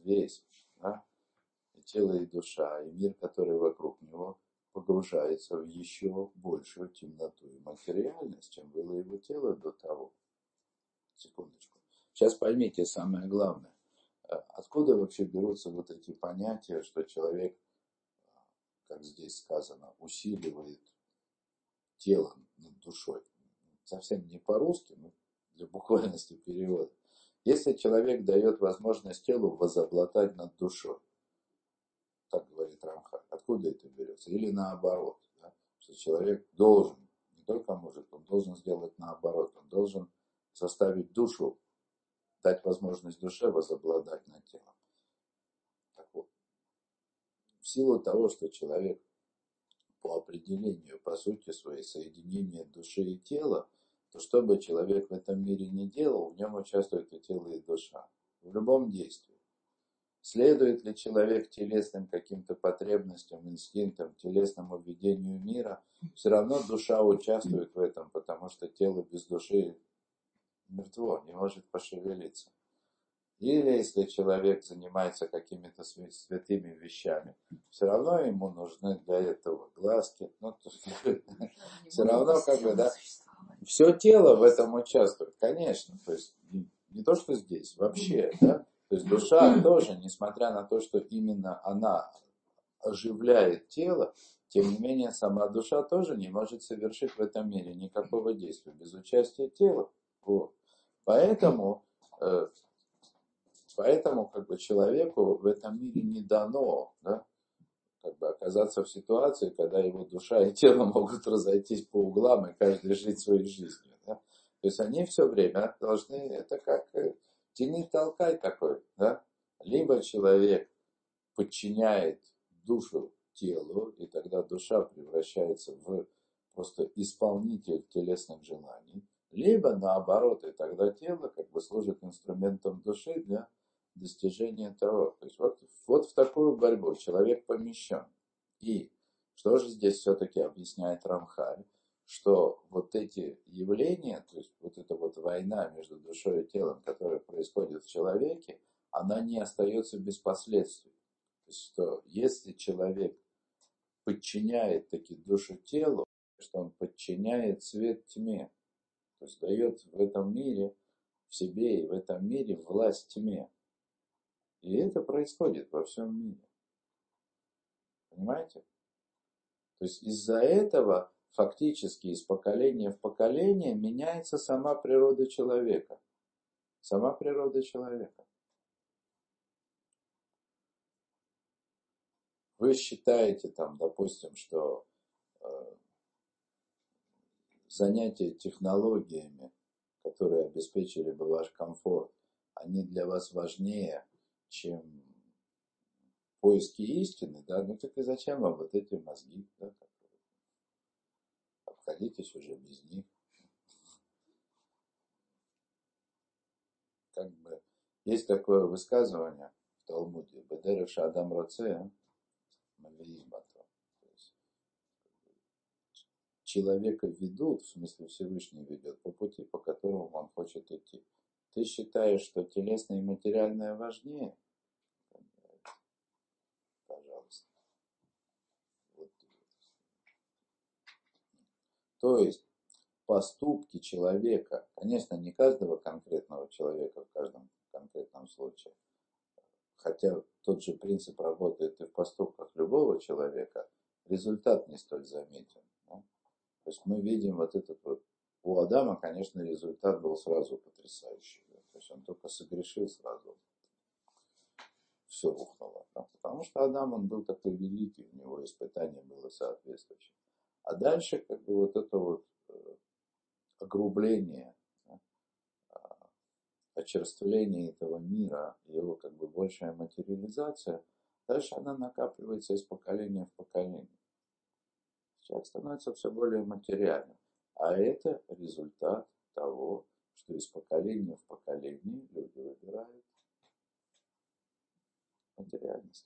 весь, да, и тело, и душа, и мир, который вокруг него, погружается в еще большую темноту и материальность, чем было его тело до того. Секундочку. Сейчас поймите самое главное. Откуда вообще берутся вот эти понятия, что человек, как здесь сказано, усиливает тело над душой? Совсем не по-русски, но для буквальности перевода. Если человек дает возможность телу возобладать над душой, так говорит Рамхаль, откуда это берется? Или наоборот, да? Что человек должен, не только может, он должен сделать наоборот, он должен заставить душу, дать возможность душе возобладать над телом. Так вот, в силу того, что человек по определению, по сути своей, соединение души и тела, то что бы человек в этом мире ни делал, в нем участвует и тело, и душа. В любом действии. Следует ли человек телесным каким-то потребностям, инстинктам, телесному видению мира, все равно душа участвует в этом, потому что тело без души мертво, не может пошевелиться. Или если человек занимается какими-то святыми вещами, все равно ему нужны для этого глазки. Ну, все равно, как бы, да, все тело в этом участвует, конечно. То есть не, не то, что здесь, вообще, да. То есть душа тоже, несмотря на то, что именно она оживляет тело, тем не менее сама душа тоже не может совершить в этом мире никакого действия без участия тела. Вот. Поэтому, э, поэтому как бы, человеку в этом мире не дано, да, как бы, оказаться в ситуации, когда его душа и тело могут разойтись по углам и каждый жить своей жизнью. Да. То есть они все время должны, это как тяни толкай такой, да. Либо человек подчиняет душу телу, и тогда душа превращается в просто исполнитель телесных желаний. Либо наоборот, и тогда тело как бы служит инструментом души для достижения того. То есть вот, вот в такую борьбу человек помещен. И что же здесь все-таки объясняет Рамхаль? Что вот эти явления, то есть вот эта вот война между душой и телом, которая происходит в человеке, она не остается без последствий. То есть, что если человек подчиняет таки душу телу, что он подчиняет свет тьме, то есть дает в этом мире, в себе и в этом мире власть тьме. И это происходит во всем мире. Понимаете? То есть из-за этого фактически из поколения в поколение меняется сама природа человека. Сама природа человека. Вы считаете там, допустим, что э, занятия технологиями, которые обеспечили бы ваш комфорт, они для вас важнее, чем поиски истины, да? Ну так и зачем вам вот эти мозги, да? Обходитесь уже без них. Как бы есть такое высказывание в Талмуде: «Бедерев шаадам роце, мавиим бато». Человека ведут, в смысле Всевышний ведет, по пути, по которому он хочет идти. Ты считаешь, что телесное и материальное важнее? Пожалуйста. Вот. То есть поступки человека, конечно, не каждого конкретного человека в каждом конкретном случае, хотя тот же принцип работает и в поступках любого человека, результат не столь заметен. Да? То есть мы видим вот этот вот, у Адама, конечно, результат был сразу потрясающий. Да? То есть он только согрешил сразу, все рухнуло. Да? Потому что Адам, он был такой великий, у него испытание было соответствующее. А дальше как бы вот это вот огрубление, да, очерствление этого мира, его как бы большая материализация, дальше она накапливается из поколения в поколение. Человек становится все более материальным. А это результат того, что из поколения в поколение люди выбирают материальность.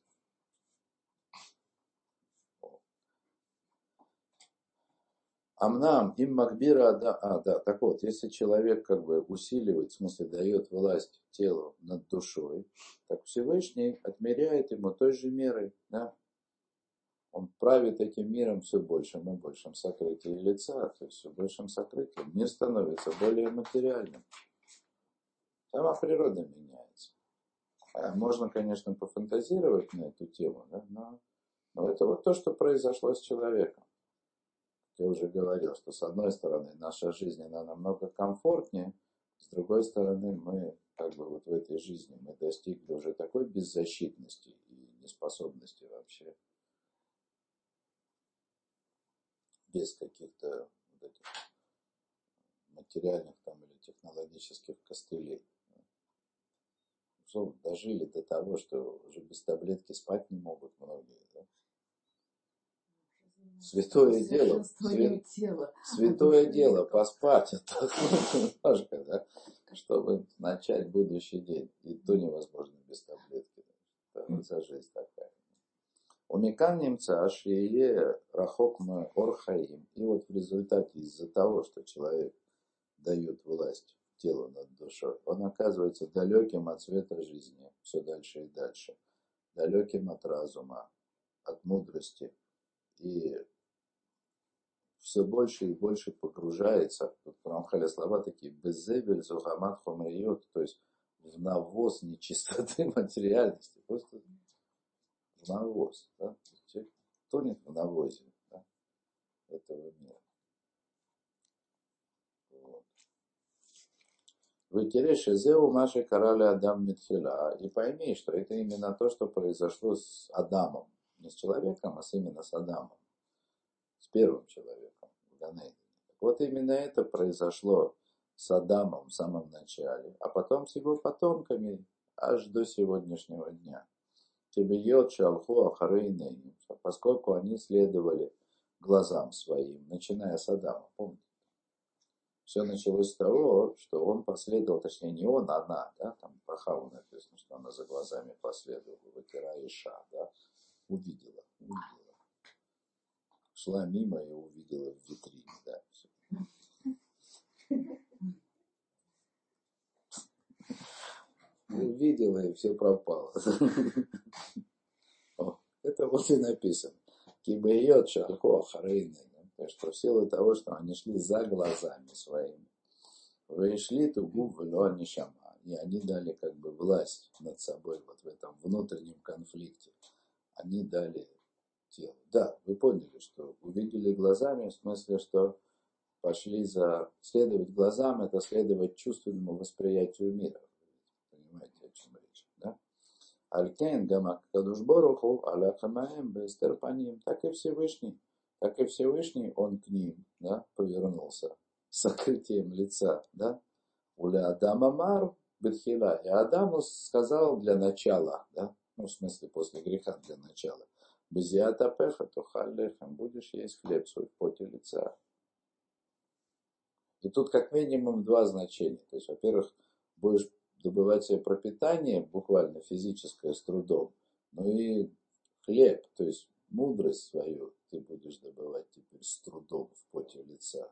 Амнам, им Макбира, да, а, да, так вот, если человек как бы усиливает, в смысле дает власть телу над душой, так Всевышний отмеряет ему той же мерой, да. Он правит этим миром все большим и большим сокрытием лица, то есть все большим сокрытием. Мир становится более материальным. Сама природа меняется. Можно, конечно, пофантазировать на эту тему, да, но, но это вот то, что произошло с человеком. Я уже говорил, что с одной стороны наша жизнь, она намного комфортнее, с другой стороны мы как бы вот в этой жизни мы достигли уже такой беззащитности и неспособности вообще без каких-то вот этих материальных там или технологических костылей. Что, дожили до того, что уже без таблетки спать не могут многие. Да? Святое дело, свят, святое дело, поспать, немножко, да, чтобы начать будущий день. И то невозможно без таблетки. Это за жизнь такая. Умикан немца ашие рахок мы орхаим. И вот в результате из-за того, что человек дает власть телу над душой, он оказывается далеким от света жизни, все дальше и дальше, далеким от разума, от мудрости. И все больше и больше погружается, тут в Рамхале слова такие, беззебель, зухамат, хомриот, то есть в навоз нечистоты материальности, просто в навоз, да? Человек тонет в навозе, да, этого мира. Вот. Вытереши зеу маши карали Адам Митхила, и пойми, что это именно то, что произошло с Адамом, не с человеком, а именно с Адамом, с первым человеком в Ганейдене. Вот именно это произошло с Адамом в самом начале, а потом с его потомками аж до сегодняшнего дня. Кибиот шалху ахарейнейним, поскольку они следовали глазам своим, начиная с Адама, помните? Все началось с того, что он последовал, точнее не он, а она, да, там про Хаву написано, что она за глазами последовала, вытирая Иша, да, увидела, увидела. Шла мимо и увидела в витрине, да, все. Увидела и все пропало. О, это вот и написано. Кибайот шальху ахарейны. То, что в силу того, что они шли за глазами своими. Вышли тугу в нишама. И они дали как бы власть над собой вот в этом внутреннем конфликте. Они дали телу. Да, вы поняли, что увидели глазами, в смысле, что пошли за... Следовать глазам, это следовать чувственному восприятию мира. Понимаете, о чем речь, да? Алькен гамак кадушборуху аляхамаем бестерпаним. Так и Всевышний, так и Всевышний, он к ним, да, повернулся с сокрытием лица, да? Уля Адама мар бетхила. И Адаму сказал для начала, да, ну, в смысле, после греха для начала. Безиата пеха, то халлехем, будешь есть хлеб свой в поте лица. И тут как минимум два значения. То есть, во-первых, будешь добывать себе пропитание, буквально физическое, с трудом, но и хлеб, то есть мудрость свою ты будешь добывать теперь с трудом в поте лица.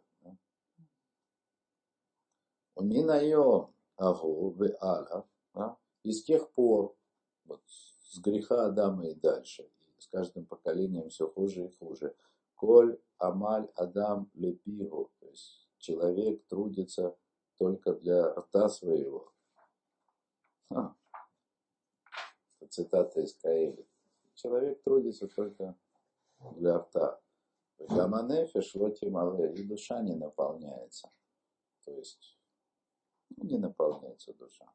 Уминайом агу в аля, и с тех пор, вот с греха Адама и дальше, и с каждым поколением все хуже и хуже. Коль амаль Адам лепигу, то есть человек трудится только для рта своего. А, цитата из Каэли. Человек трудится только для рта. Гаманефеш лотимале, и душа не наполняется. То есть не наполняется душа.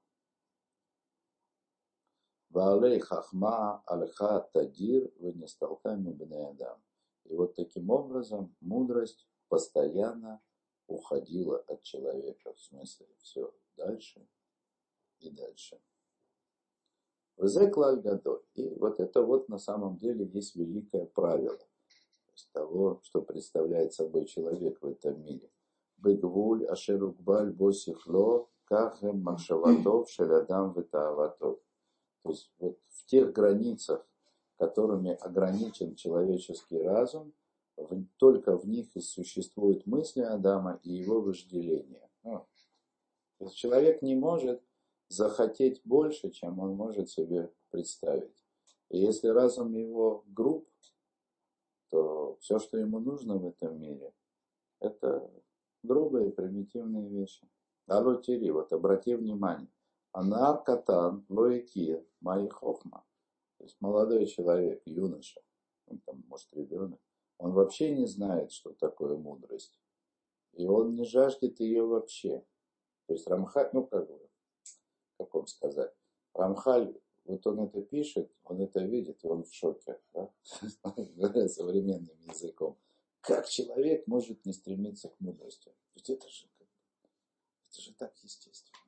Ваалей хахма альха тадир венесталками бней адам. И вот таким образом мудрость постоянно уходила от человека. В смысле, все дальше и дальше. Везеклаль гадоль. И вот это вот на самом деле есть великое правило того, что представляет собой человек в этом мире. Бегвуль ашерукбаль босихло кахем махшаватов шелядам ветааватов. То есть вот в тех границах, которыми ограничен человеческий разум, в, только в них и существуют мысли Адама и его вожделение. Ну, то есть человек не может захотеть больше, чем он может себе представить. И если разум его груб, то все, что ему нужно в этом мире, это грубые, примитивные вещи. Алло, Тири, вот обрати внимание. Анар катан лоики мои хохма. То есть молодой человек, юноша, он там, может, ребенок, он вообще не знает, что такое мудрость. И он не жаждет ее вообще. То есть Рамхаль, ну как бы, как вам сказать, Рамхаль, вот он это пишет, он это видит, и он в шоке, да? Говоря современным языком. Как человек может не стремиться к мудрости? Ведь это же, это же так естественно.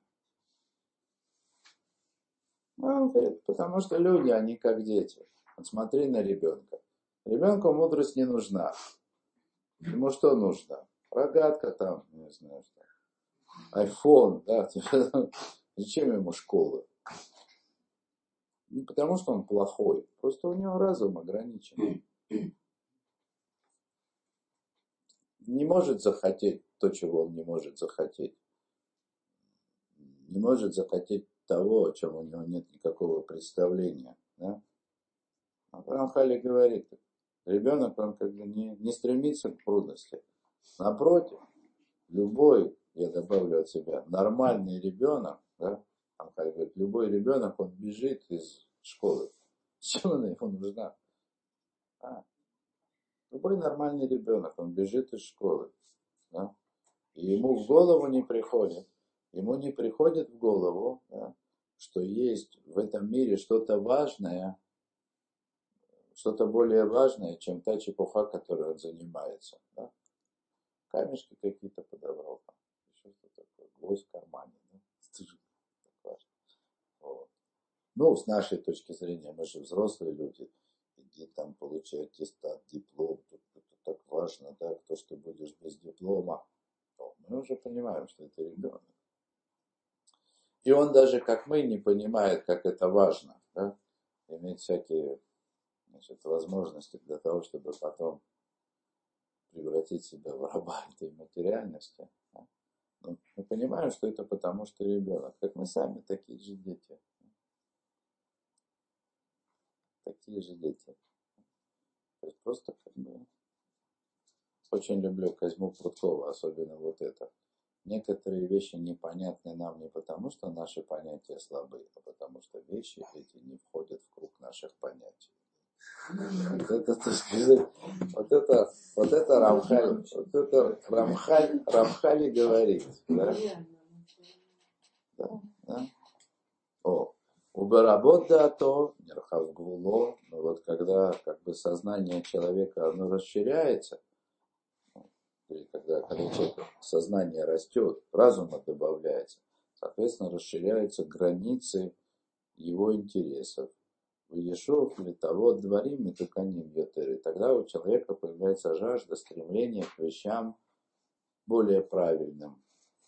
Ну, он говорит, потому что люди, они как дети. Вот смотри на ребенка. Ребенку мудрость не нужна. Ему что нужно? Рогатка там, не знаю что. Айфон, да. Зачем ему школа? Не потому что он плохой. Просто у него разум ограничен. Не может захотеть то, чего он не может захотеть. Не может захотеть того, о чем у него нет никакого представления. Да? А Рамхали говорит, ребенок, он как бы не, не стремится к трудности. Напротив, любой, я добавлю от себя, нормальный ребенок, да, Рамхали говорит, любой ребенок, он бежит из школы. Зачем она ему нужна? А, любой нормальный ребенок, он бежит из школы. Да? И ему в голову не приходит, ему не приходит в голову, да, что есть в этом мире что-то важное, что-то более важное, чем та чепуха, которой он занимается. Да? Камешки какие-то подобрал, там, еще что-то такое, гвоздь в кармане. Да? Это же так важно. Вот. Ну, с нашей точки зрения, мы же взрослые люди, иди там получай аттестат, диплом, тут, тут, тут так важно, да, кто что будешь без диплома. То мы уже понимаем, что это ребенок. И он даже, как мы, не понимает, как это важно, да? Иметь всякие, значит, возможности для того, чтобы потом превратить себя в раба этой материальности. Да? Но мы понимаем, что это потому, что ребенок. Как мы сами, такие же дети. Такие же дети. То есть просто как бы... Очень люблю Козьму Прудкова, особенно вот это. Некоторые вещи непонятны нам не потому, что наши понятия слабы, а потому что вещи эти не входят в круг наших понятий. Вот это, так сказать, вот это, вот это Рамхаль, вот это Рамхаль, Рамхали говорит, да? Да, да. О, убаработ да то, нерхав гвуло, но вот когда как бы сознание человека, оно расширяется, или когда, когда человек сознание растет, разума добавляется, соответственно, расширяются границы его интересов. В Ешов или того дворим и туканим йотери. Тогда у человека появляется жажда, стремление к вещам более правильным.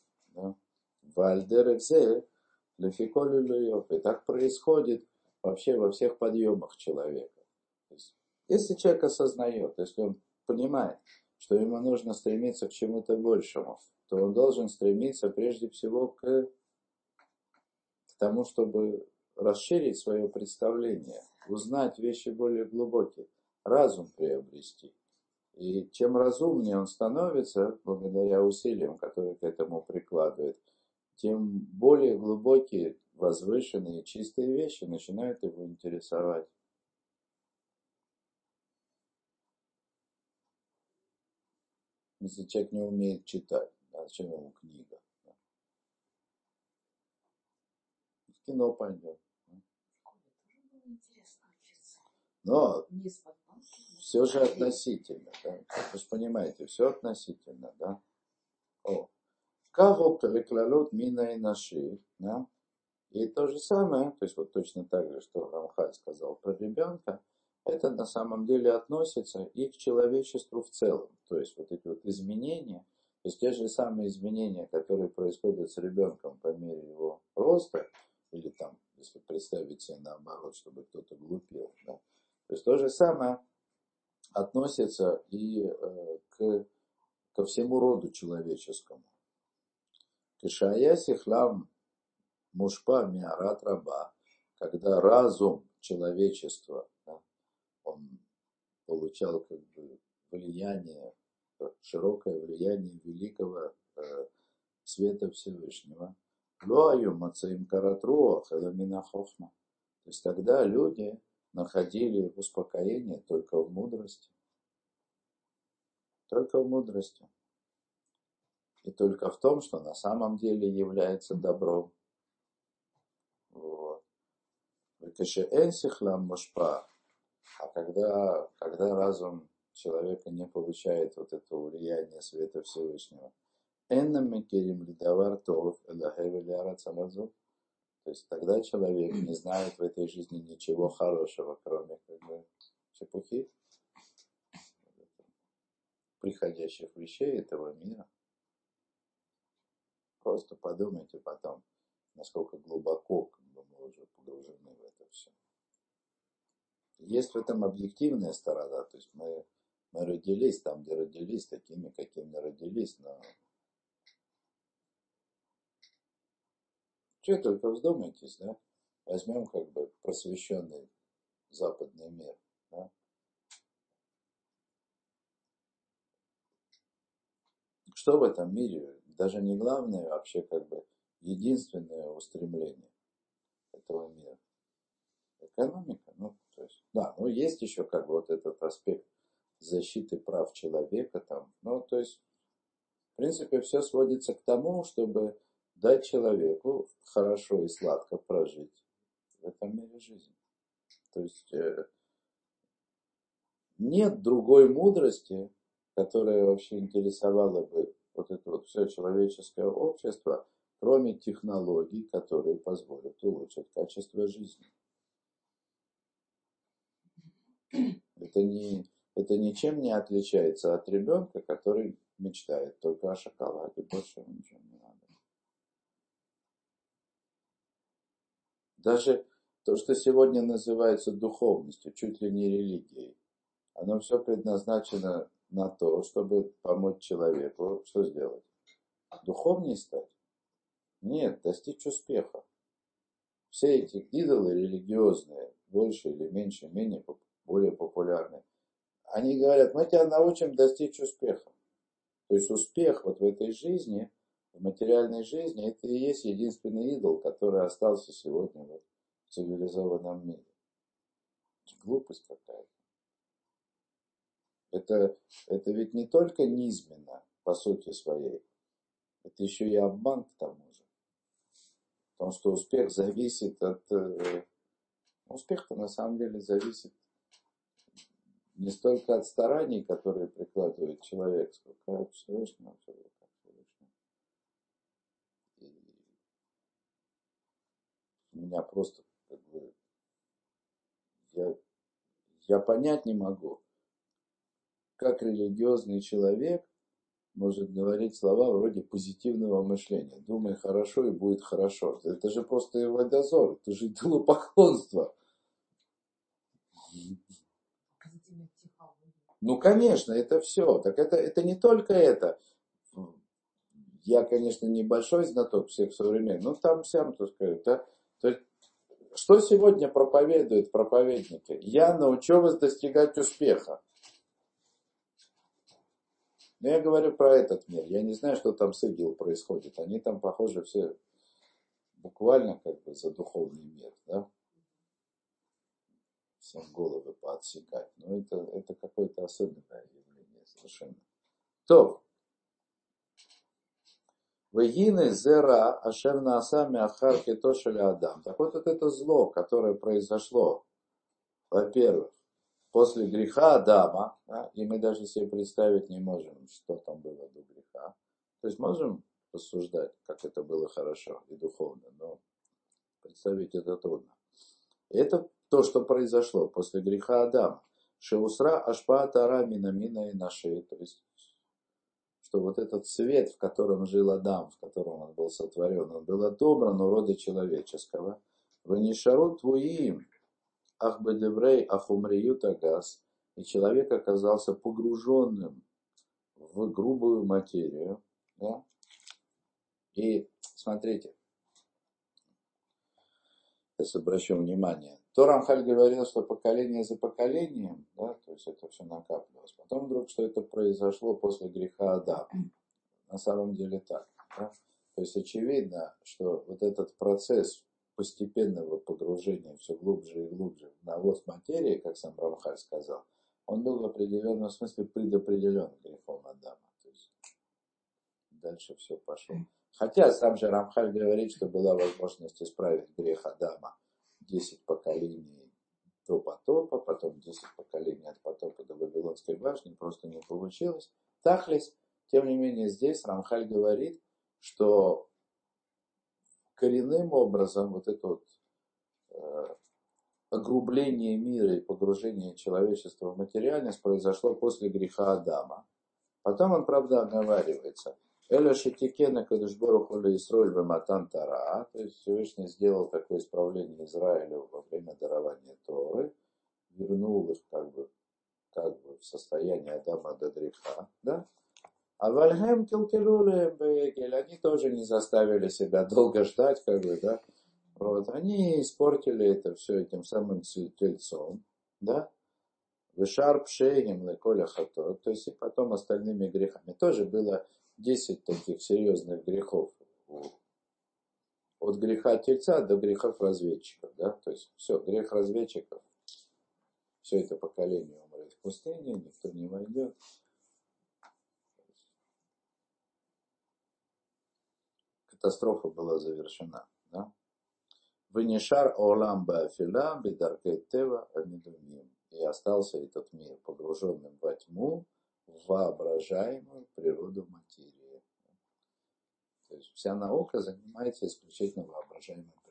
Вальдерекзе лефиколю люйов. И так происходит вообще во всех подъемах человека. То есть, если человек осознает, если он понимает, что ему нужно стремиться к чему-то большему, то он должен стремиться прежде всего к, к тому, чтобы расширить свое представление, узнать вещи более глубокие, разум приобрести. И чем разумнее он становится, благодаря усилиям, которые к этому прикладывает, тем более глубокие, возвышенные, чистые вещи начинают его интересовать. Если человек не умеет читать, да, зачем ему книга? Да? В кино пойдет. Но все же относительно, да? Вы же понимаете, все относительно, да? О, кавок реклалот мина и наши, да? И то же самое, то есть вот точно так же, что Рамхаль сказал про ребенка, это на самом деле относится и к человечеству в целом. То есть вот эти вот изменения, то есть те же самые изменения, которые происходят с ребенком по мере его роста, или там, если представить себе наоборот, чтобы кто-то глупел, да? То есть то же самое относится и э, к, ко всему роду человеческому. Кишая сихлам мушпа миарат раба, когда разум человечества, да, он получал как бы влияние, широкое влияние великого э, света Всевышнего. Лоаю мацаим каратруах эламина хохма. То есть тогда люди находили успокоение только в мудрости. Только в мудрости. И только в том, что на самом деле является добром. Вот. А когда, когда разум человека не получает вот этого влияния света Всевышнего, то есть тогда человек не знает в этой жизни ничего хорошего, кроме как бы чепухи, приходящих вещей этого мира. Просто подумайте потом, насколько глубоко как бы, мы уже погружены в это все. Есть в этом объективная сторона, то есть мы, мы родились там, где родились, такими, какими родились, но что только вздумайтесь, да? Возьмем как бы просвещенный западный мир, да? Что в этом мире? Даже не главное, вообще как бы единственное устремление этого мира. Экономика, ну, то есть, да, но есть еще как бы вот этот аспект защиты прав человека там, ну, то есть, в принципе, все сводится к тому, чтобы дать человеку хорошо и сладко прожить в этом мире жизнь. То есть, э, нет другой мудрости, которая вообще интересовала бы вот это вот все человеческое общество, кроме технологий, которые позволят улучшить качество жизни. Это, не, это ничем не отличается от ребенка, который мечтает только о шоколаде, больше ничего не надо. Даже то, что сегодня называется духовностью, чуть ли не религией, оно все предназначено на то, чтобы помочь человеку, что сделать? Духовней стать? Нет, достичь успеха. Все эти идолы религиозные, больше или меньше, менее, более популярные, они говорят, мы тебя научим достичь успеха. То есть успех вот в этой жизни, в материальной жизни, это и есть единственный идол, который остался сегодня вот в цивилизованном мире. Глупость какая-то. Это, это ведь не только низменно, по сути своей, это еще и обман к тому же. Потому что успех зависит от... Э, успех-то на самом деле зависит не столько от стараний, которые прикладывает человек, сколько от Всевышнего человека. И у меня просто как бы... Я, я понять не могу, как религиозный человек может говорить слова вроде позитивного мышления. Думай хорошо и будет хорошо. Это же просто его дозор, это же идолопоклонство. Ну, конечно, это все. Так это, это не только это. Я, конечно, небольшой знаток всех современных, но там всем, так сказать, да. То есть, что сегодня проповедуют проповедники? Я научу вас достигать успеха. Но я говорю про этот мир. Я не знаю, что там с ИГИЛ происходит. Они там, похоже, все буквально как бы за духовный мир, да? Всем головы поотсекать. Но это, это какое-то особенное явление совершенно. То. Вегины зера ашерна асами ахархи тошели адам. Так вот, вот это зло, которое произошло, во-первых, после греха Адама, да, и мы даже себе представить не можем, что там было до греха. То есть можем рассуждать, как это было хорошо и духовно, но представить это трудно. Это то, что произошло после греха Адама. Шеусра ашпаата рамина мина и нашей. То есть, что вот этот свет, в котором жил Адам, в котором он был сотворен, он был отобран у рода человеческого. Ванишарут твуим ахбедеврей ахумриют агас. и человек оказался погруженным в грубую материю. Да? И смотрите, сейчас обращу внимание. То Рамхаль говорил, что поколение за поколением, да, то есть это все накапливалось. Потом вдруг, что это произошло после греха Адама. На самом деле так. Да? То есть очевидно, что вот этот процесс постепенного погружения все глубже и глубже в навоз материи, как сам Рамхаль сказал, он был в определенном смысле предопределен грехом Адама. То есть дальше все пошло. Хотя сам же Рамхаль говорит, что была возможность исправить грех Адама десять поколений до потопа, потом десять поколений от потопа до Вавилонской башни, просто не получилось. Тахлис, тем не менее, здесь Рамхаль говорит, что коренным образом вот это вот э, огрубление мира и погружение человечества в материальность произошло после греха Адама. Потом он, правда, оговаривается. Эля шетикена кадышбору холи Исроэль вематан тара. То есть Всевышний сделал такое исправление Израилю во время дарования Торы. Вернул их как бы, как бы в состояние Адама до греха. Да? А вальхем килкелюле бекель. Они тоже не заставили себя долго ждать, как бы, да. Вот. Они испортили это все этим самым тельцом. Да? Вишар пшеем леколя хато. То есть и потом остальными грехами. Тоже было десять таких серьезных грехов. От греха тельца до грехов разведчиков. Да? То есть все, грех разведчиков. Все это поколение умрет в пустыне, никто не войдет. Катастрофа была завершена. Да? Вынешар олам баафила бедаркет тева амидумим. И остался этот мир погруженным во тьму, в воображаемую природу материи. То есть вся наука занимается исключительно воображаемой